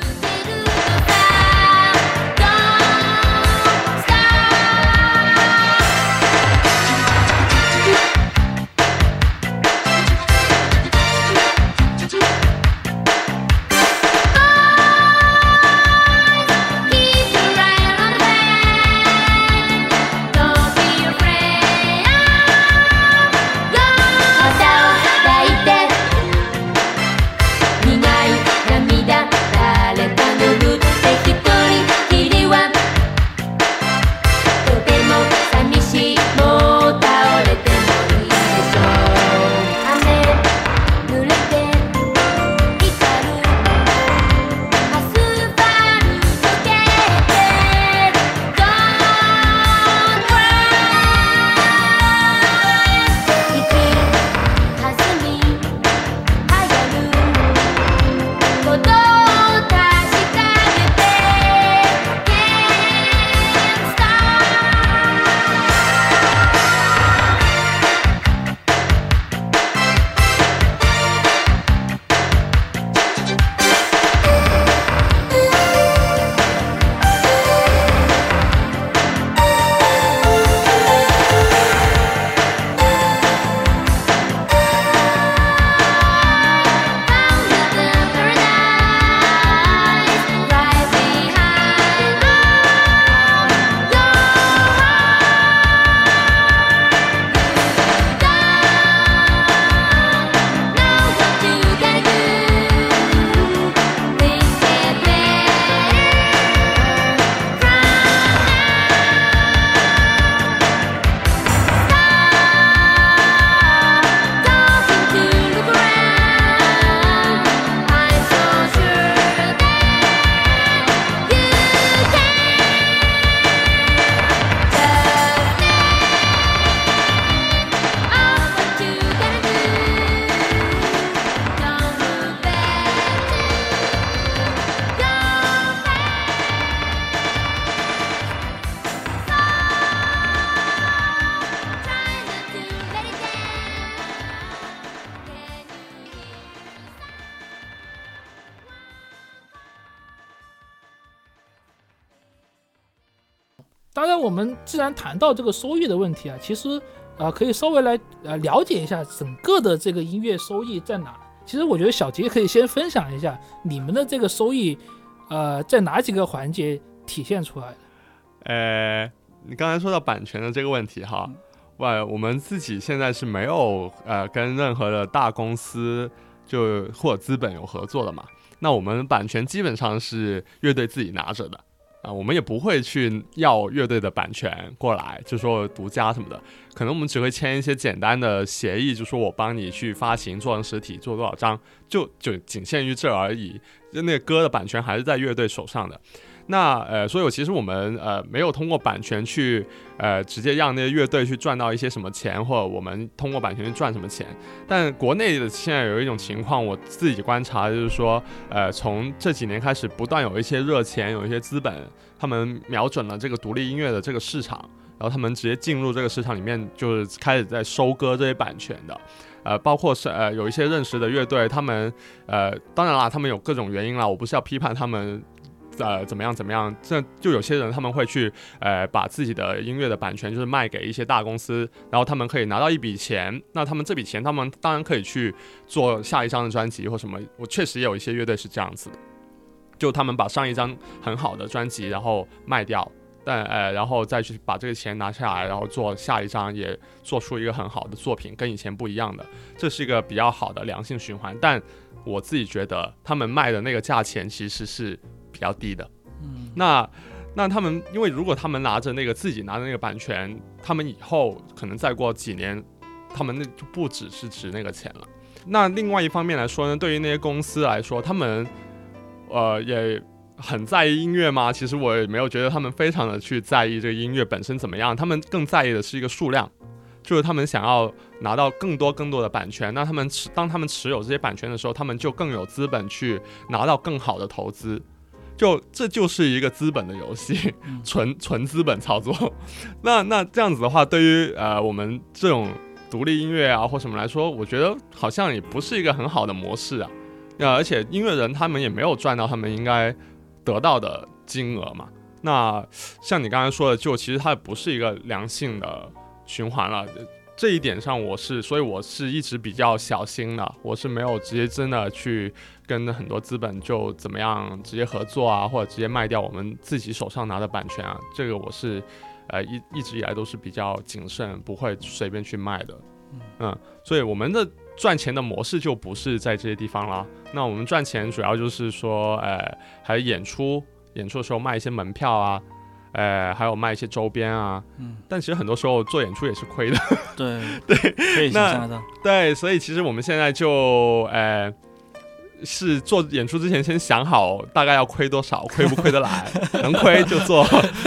当然，我们既然谈到这个收益的问题啊，其实可以稍微来了解一下整个的这个音乐收益在哪。其实我觉得小杰可以先分享一下你们的这个收益，在哪几个环节体现出来的？ 你刚才说到版权的这个问题哈，我们自己现在是没有跟任何的大公司或者资本有合作的嘛。那我们版权基本上是乐队自己拿着的。我们也不会去要乐队的版权过来，就说独家什么的，可能我们只会签一些简单的协议，就说我帮你去发行，做成实体，做多少张，就仅限于这而已。就那个歌的版权还是在乐队手上的。那所以其实我们没有通过版权去直接让那些乐队去赚到一些什么钱，或者我们通过版权去赚什么钱。但国内的现在有一种情况，我自己观察就是说，从这几年开始，不断有一些热钱，有一些资本，他们瞄准了这个独立音乐的这个市场，然后他们直接进入这个市场里面，就是开始在收割这些版权的。包括是有一些认识的乐队，他们当然啦，他们有各种原因啦，我不是要批判他们。怎么样，这就有些人他们会去把自己的音乐的版权就是卖给一些大公司，然后他们可以拿到一笔钱，那他们这笔钱他们当然可以去做下一张的专辑或什么。我确实也有一些乐队是这样子的，就他们把上一张很好的专辑然后卖掉，然后再去把这个钱拿下来，然后做下一张，也做出一个很好的作品，跟以前不一样的，这是一个比较好的良性循环。但我自己觉得他们卖的那个价钱其实是比较低的。那他们，因为如果他们自己拿着那个版权，他们以后可能再过几年，他们那就不只是值那个钱了。那另外一方面来说呢，对于那些公司来说，他们也很在意音乐吗？其实我也没有觉得他们非常的去在意这个音乐本身怎么样，他们更在意的是一个数量，就是他们想要拿到更多的版权。那当他们持有这些版权的时候，他们就更有资本去拿到更好的投资。这就是一个资本的游戏，纯资本操作。那这样子的话，对于我们这种独立音乐啊或什么来说，我觉得好像也不是一个很好的模式啊。而且音乐人他们也没有赚到他们应该得到的金额嘛。那像你刚才说的，其实它不是一个良性的循环了。这一点上所以我是一直比较小心的，我是没有直接真的去跟很多资本就怎么样直接合作啊，或者直接卖掉我们自己手上拿的版权啊，这个我是一直以来都是比较谨慎，不会随便去卖的。所以我们的赚钱的模式就不是在这些地方啦。那我们赚钱主要就是说还有演出的时候卖一些门票啊，还有卖一些周边啊。但其实很多时候做演出也是亏的。 对， 可以想象得到。 对，所以其实我们现在是做演出之前先想好大概要亏多少，亏不亏得来，能亏就做。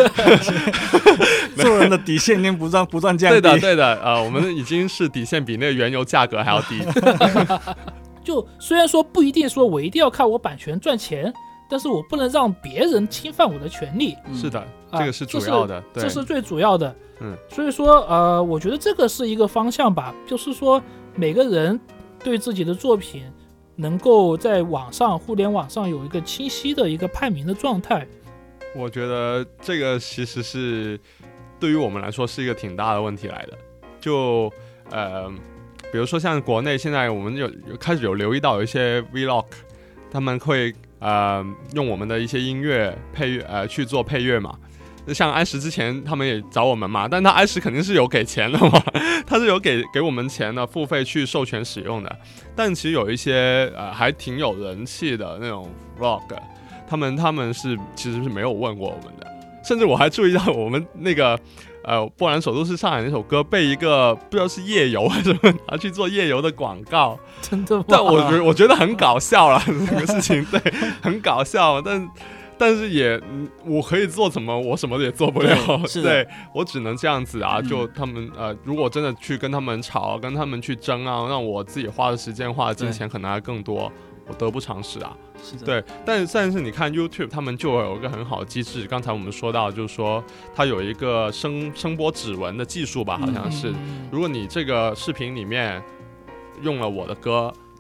做人的底线应不断降低。 对的，我们已经是底线比那个原油价格还要低。 就虽然说不一定说我一定要靠我版权赚钱，但是我不能让别人侵犯我的权利。 是的，这个是主要的， 这是最主要的。所以说我觉得这个是一个方向吧，就是说每个人对自己的作品能够在互联网上有一个清晰的一个判明的状态。 我觉得这个其实是对于我们来说是一个挺大的问题来的。就比如说像国内现在我们开始有留意到有一些 vlog， 他们会用我们的一些音乐配乐去做配乐嘛。像安石之前他们也找我们嘛，但他安石肯定是有给钱的嘛，他是有给我们钱的，付费去授权使用的。但其实有一些还挺有人气的那种 vlog， 他们其实是没有问过我们的。甚至我还注意到我们那个波兰首都是上海那首歌被一个不知道是夜游还是什么拿去做夜游的广告。 真的吗？ 但我觉得很搞笑啦，这个事情对，很搞笑。但是也我可以做什么？我什么也做不了。对，我只能这样子啊。就他们如果真的去跟他们吵，跟他们去争啊，让我自己花的时间花的金钱可能还更多，我得不偿失啊。 是的。 对，但是你看 YouTube 他们就有一个很好的机制，刚才我们说到就是说它有一个声波指纹的技术吧，好像是。如果你这个视频里面用了我的歌，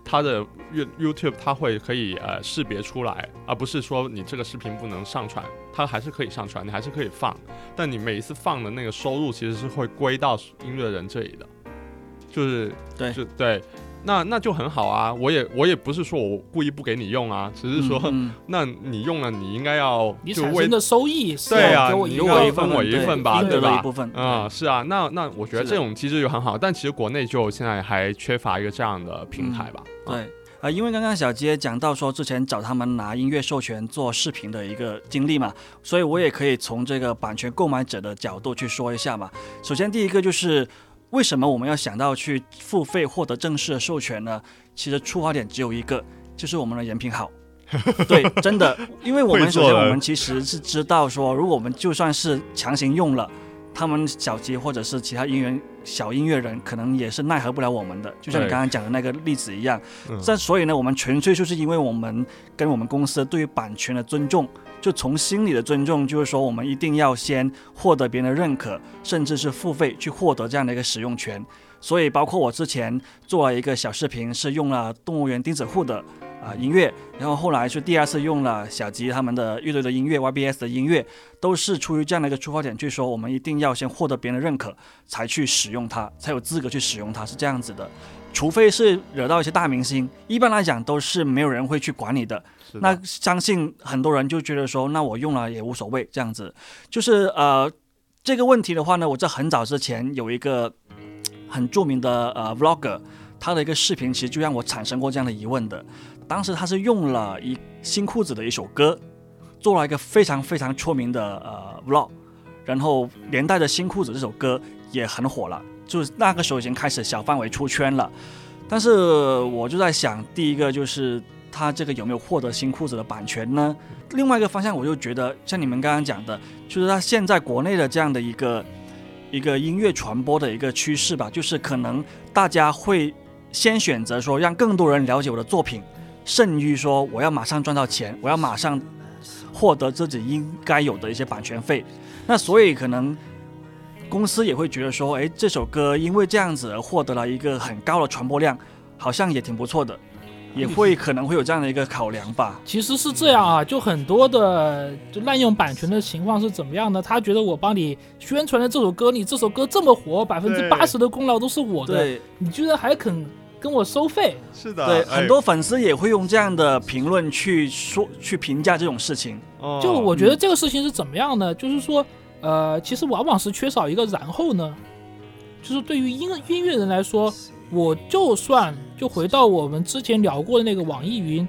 它的 YouTube 它可以识别出来，而不是说你这个视频不能上传，它还是可以上传，你还是可以放，但你每一次放的那个收入其实是会归到音乐人这里的，就是对。那就很好啊，我也不是说我故意不给你用啊，只是说，那你用了，你应该要你产生的收益是对啊， 给我你应该分我一份吧，对吧？ 一部分是啊，那我觉得这种机制就很好，但其实国内就现在还缺乏一个这样的平台吧。 对。因为刚刚小杰讲到说之前找他们拿音乐授权做视频的一个经历嘛，所以我也可以从这个版权购买者的角度去说一下嘛。首先第一个就是为什么我们要想到去付费获得正式的授权呢？其实出发点只有一个，就是我们的人品好。对，真的，因为我们首先我们其实是知道说，如果我们就算是强行用了，他们小杰或者是其他小音乐人可能也是奈何不了我们的，就像你刚刚讲的那个例子一样。所以呢，我们纯粹就是因为我们跟我们公司对于版权的尊重，就从心里的尊重，就是说我们一定要先获得别人的认可，甚至是付费去获得这样的一个使用权。所以包括我之前做了一个小视频，是用了动物园钉子户的音乐，然后后来是第二次用了小吉他们的乐队的音乐 YBS 的音乐，都是出于这样的一个出发点，就是说我们一定要先获得别人的认可才去使用它，才有资格去使用它，是这样子的。除非是惹到一些大明星，一般来讲都是没有人会去管你的。那相信很多人就觉得说，那我用了也无所谓，这样子。就是这个问题的话呢，我在很早之前有一个很著名的vlogger， 他的一个视频其实就让我产生过这样的疑问的。当时他是用了新裤子的一首歌，做了一个非常非常出名的vlog， 然后连带着新裤子这首歌也很火了，就是那个时候已经开始小范围出圈了。但是我就在想，第一个就是他这个有没有获得新裤子的版权呢？另外一个方向，我就觉得像你们刚刚讲的，就是他现在国内的这样的一个音乐传播的一个趋势吧，就是可能大家会先选择说让更多人了解我的作品，胜于说我要马上赚到钱，我要马上获得自己应该有的一些版权费。那所以可能公司也会觉得说，这首歌因为这样子而获得了一个很高的传播量，好像也挺不错的，也会可能会有这样的一个考量吧。 其实是这样啊，就很多的就滥用版权的情况是怎么样呢？他觉得我帮你宣传的这首歌，你这首歌这么火，80%的功劳都是我的，你居然还肯跟我收费？ 是的， 对，很多粉丝也会用这样的评论去评价这种事情。 就我觉得这个事情是怎么样呢？就是说，其实往往是缺少一个然后呢，就是对于音乐人来说，我就算就回到我们之前聊过的那个网易云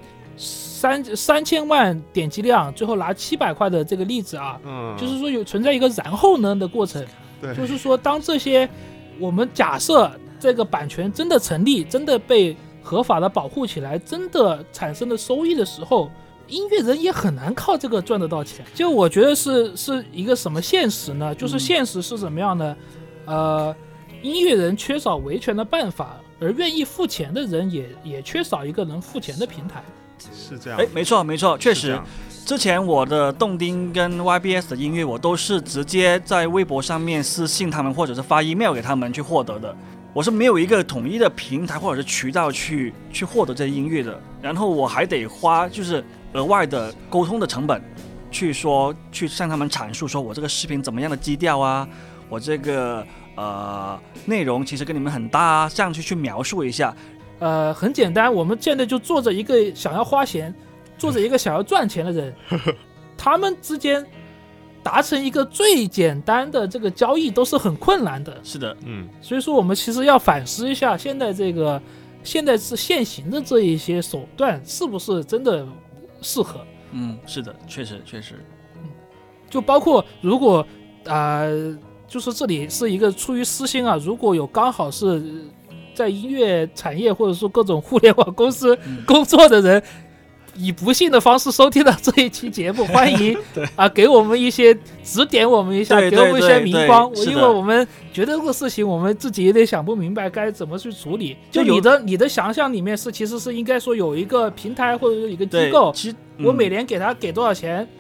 3000万点击量，最后拿700块的这个例子啊，就是说有存在一个然后呢的过程。 对， 就是说当这些我们假设这个版权真的成立，真的被合法的保护起来，真的产生了收益的时候，音乐人也很难靠这个赚得到钱。就我觉得是一个什么现实呢？就是现实是怎么样呢？音乐人缺少维权的办法，而愿意付钱的人也缺少一个能付钱的平台。 是这样。 没错，确实。之前我的动钉跟 YBS 的音乐，我都是直接在微博上面私信他们，或者是发 email 给他们去获得的。我是没有一个统一的平台或者是渠道去获得这些音乐的，然后我还得花就是额外的沟通的成本，去向他们阐述说我这个视频怎么样的基调啊，我这个内容其实跟你们很搭啊，这样去描述一下。 很简单，我们现在就坐着一个想要花钱，坐着一个想要赚钱的人，他们之间达成一个最简单的这个交易都是很困难的。 是的， 所以说我们其实要反思一下，现在是现行的这一些手段是不是真的适合？ 是的，确实。 就包括如果就是这里是一个出于私心啊，如果有刚好是在音乐产业或者说各种互联网公司工作的人，以不幸的方式收听到这一期节目，欢迎给我们一些指点，我们一下，给我们一些明光。因为我们觉得这个事情我们自己也得想不明白该怎么去处理。就你的想象里面其实是应该说有一个平台或者有一个机构，我每年给他给多少钱，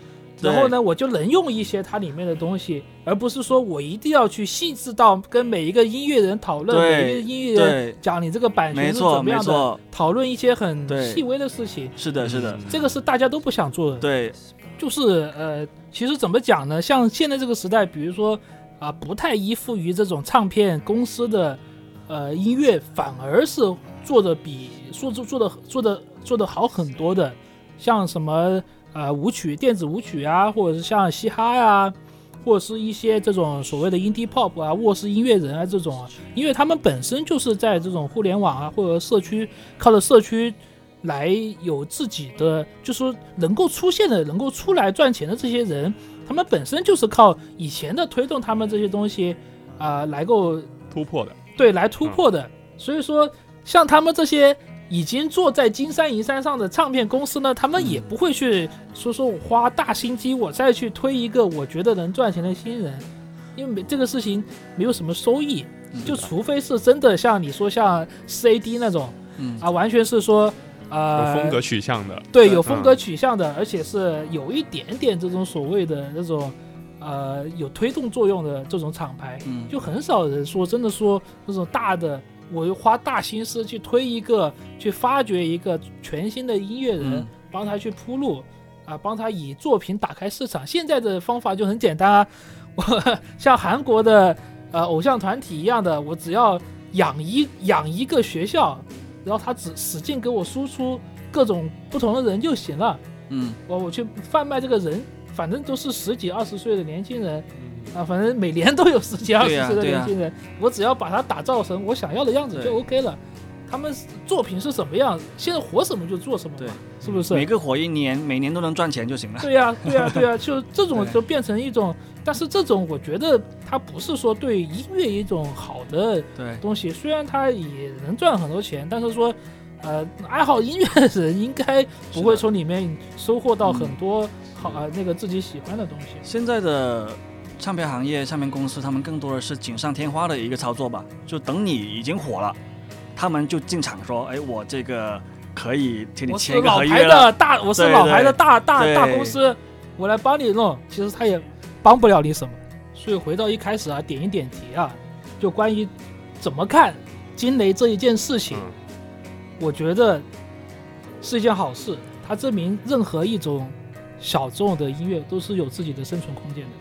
然后呢，我就能用一些它里面的东西，而不是说我一定要去细致到跟每一个音乐人讨论， 对每一个音乐人讲你这个版权是没错怎么样的， 没错， 讨论一些很对细微的事情。 是的，是的， 这个是大家都不想做的。 对， 就是其实怎么讲呢？像现在这个时代，比如说不太依附于这种唱片公司的音乐，反而是做的比做的好很多的，像什么舞曲、电子舞曲啊，或者是像嘻哈呀、或者是一些这种所谓的 indie pop 啊、卧室音乐人啊这种啊，因为他们本身就是在这种互联网啊或者社区，靠着社区来有自己的，就是说能够出现的、能够出来赚钱的这些人，他们本身就是靠以前的推动他们这些东西来够突破的。 对来突破的。所以说，像他们这些已经坐在金山银山上的唱片公司呢，他们也不会去说我花大心机，我再去推一个我觉得能赚钱的新人，因为这个事情没有什么收益。就除非是真的像你说像 CAD 那种，完全是说有风格取向的， 对，有风格取向的，而且是有一点点这种所谓的那种有推动作用的这种厂牌，就很少人说真的说那种大的，我花大心思去推一个，去发掘一个全新的音乐人，帮他去铺路帮他以作品打开市场。现在的方法就很简单啊，我像韩国的偶像团体一样的，我只要养一个学校，然后他只使劲给我输出各种不同的人就行了。我去贩卖这个人，反正都是10几20岁的年轻人反正每年都有10几20岁的年轻人，我只要把他打造成我想要的样子就 OK 了。他们作品是什么样，现在火什么就做什么， 对， 是不是？ 每个火一年，每年都能赚钱就行了。 对呀，就这种就变成一种，但是这种我觉得它不是说对音乐一种好的东西，虽然它也能赚很多钱，但是说爱好音乐的人应该不会从里面收获到很多好那个自己喜欢的东西。 现在的唱片行业、唱片公司，他们更多的是锦上添花的一个操作吧，就等你已经火了，他们就进场说，哎，我这个可以替你签一个合约了。 我是老牌的大公司，我来帮你弄。其实他也帮不了你什么。所以回到一开始点一点题就关于怎么看惊雷这一件事情，我觉得是一件好事。它证明任何一种小众的音乐都是有自己的生存空间的。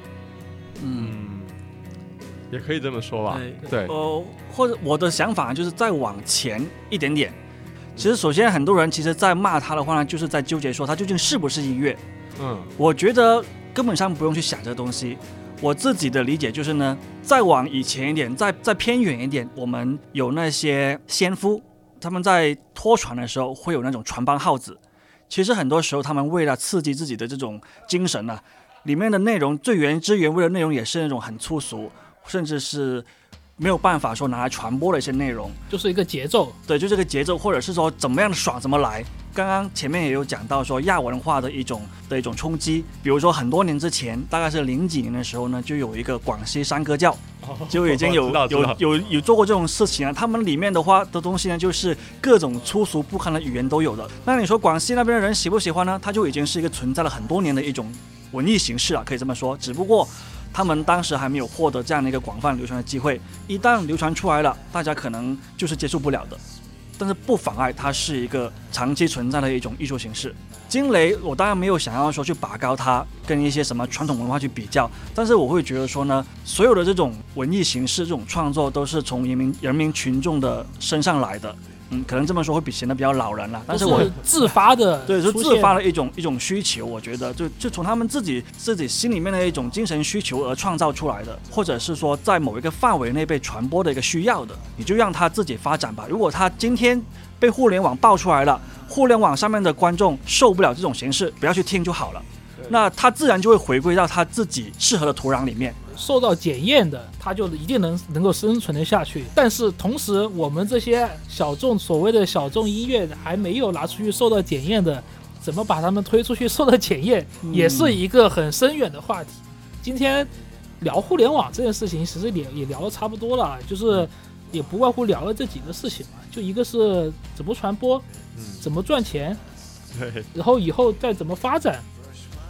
也可以这么说吧。对， 或者我的想法就是再往前一点点。其实首先很多人其实在骂他的话呢，就是在纠结说他究竟是不是音乐。我觉得根本上不用去想这个东西。我自己的理解就是呢，再往以前一点，再偏远一点，我们有那些先夫，他们在拖船的时候会有那种船帮号子。其实很多时候他们为了刺激自己的这种精神里面的内容最原汁原味的内容也是那种很粗俗，甚至是没有办法说拿来传播的一些内容， 就是一个节奏。对， 就这个节奏，或者是说怎么样的爽怎么来。刚刚前面也有讲到说亚文化的一种冲击，比如说很多年之前，大概是00几年的时候呢，就有一个广西山歌教，就已经有做过这种事情他们里面的话的东西呢，就是各种粗俗不堪的语言都有的。那你说广西那边的人喜不喜欢呢？它就已经是一个存在了很多年的一种文艺形式可以这么说。只不过他们当时还没有获得这样的一个广泛流传的机会，一旦流传出来了，大家可能就是接受不了的。但是不妨碍它是一个长期存在的一种艺术形式。惊雷我当然没有想要说去拔高它跟一些什么传统文化去比较，但是我会觉得说呢，所有的这种文艺形式这种创作都是从人民群众的身上来的。可能这么说会显得比较老人了，但是我自发的， 对，是自发的一种需求，我觉得就从他们自己心里面的一种精神需求而创造出来的，或者是说在某一个范围内被传播的一个需要的，你就让他自己发展吧。如果他今天被互联网爆出来了，互联网上面的观众受不了这种形式，不要去听就好了，那他自然就会回归到他自己适合的土壤里面。 受到检验的，它就一定能够生存得下去。但是同时，我们这些所谓的小众音乐还没有拿出去受到检验的，怎么把他们推出去受到检验，也是一个很深远的话题。今天聊互联网这件事情，其实也聊得差不多了，就是也不外乎聊了这几个事情嘛，就一个是怎么传播，怎么赚钱，然后以后再怎么发展。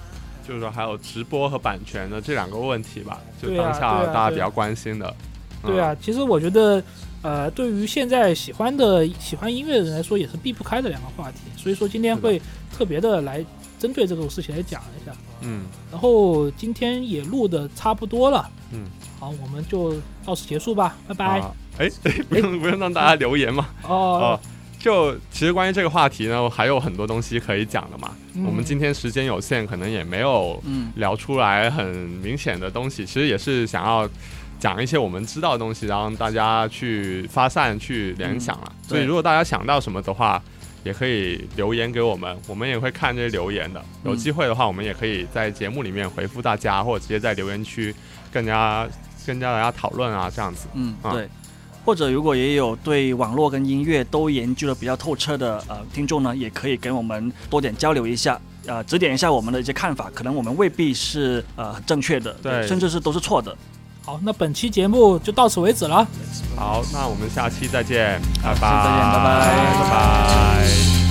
就是说还有直播和版权的这2个问题吧，就对啊当下对啊大家比较关心的。 对啊，其实我觉得，对于现在喜欢音乐的人来说，也是避不开的2个话题。所以说今天会特别的来针对这个事情来讲一下。然后今天也录的差不多了。好，我们就到此结束吧，拜拜。 不用让大家留言嘛。就其实关于这个话题呢，还有很多东西可以讲的嘛。我们今天时间有限，可能也没有聊出来很明显的东西。其实也是想要讲一些我们知道的东西，让大家去发散、去联想了。所以如果大家想到什么的话，也可以留言给我们，我们也会看这些留言的。有机会的话，我们也可以在节目里面回复大家，或者直接在留言区更加大家讨论啊，这样子。 对。或者如果也有对网络跟音乐都研究的比较透彻的听众呢，也可以跟我们多点交流一下，指点一下我们的一些看法，可能我们未必是正确的， 对， 甚至是都是错的。 好，那本期节目就到此为止了。 好，那我们下期再见，拜拜。 下期再见，拜拜。 拜拜。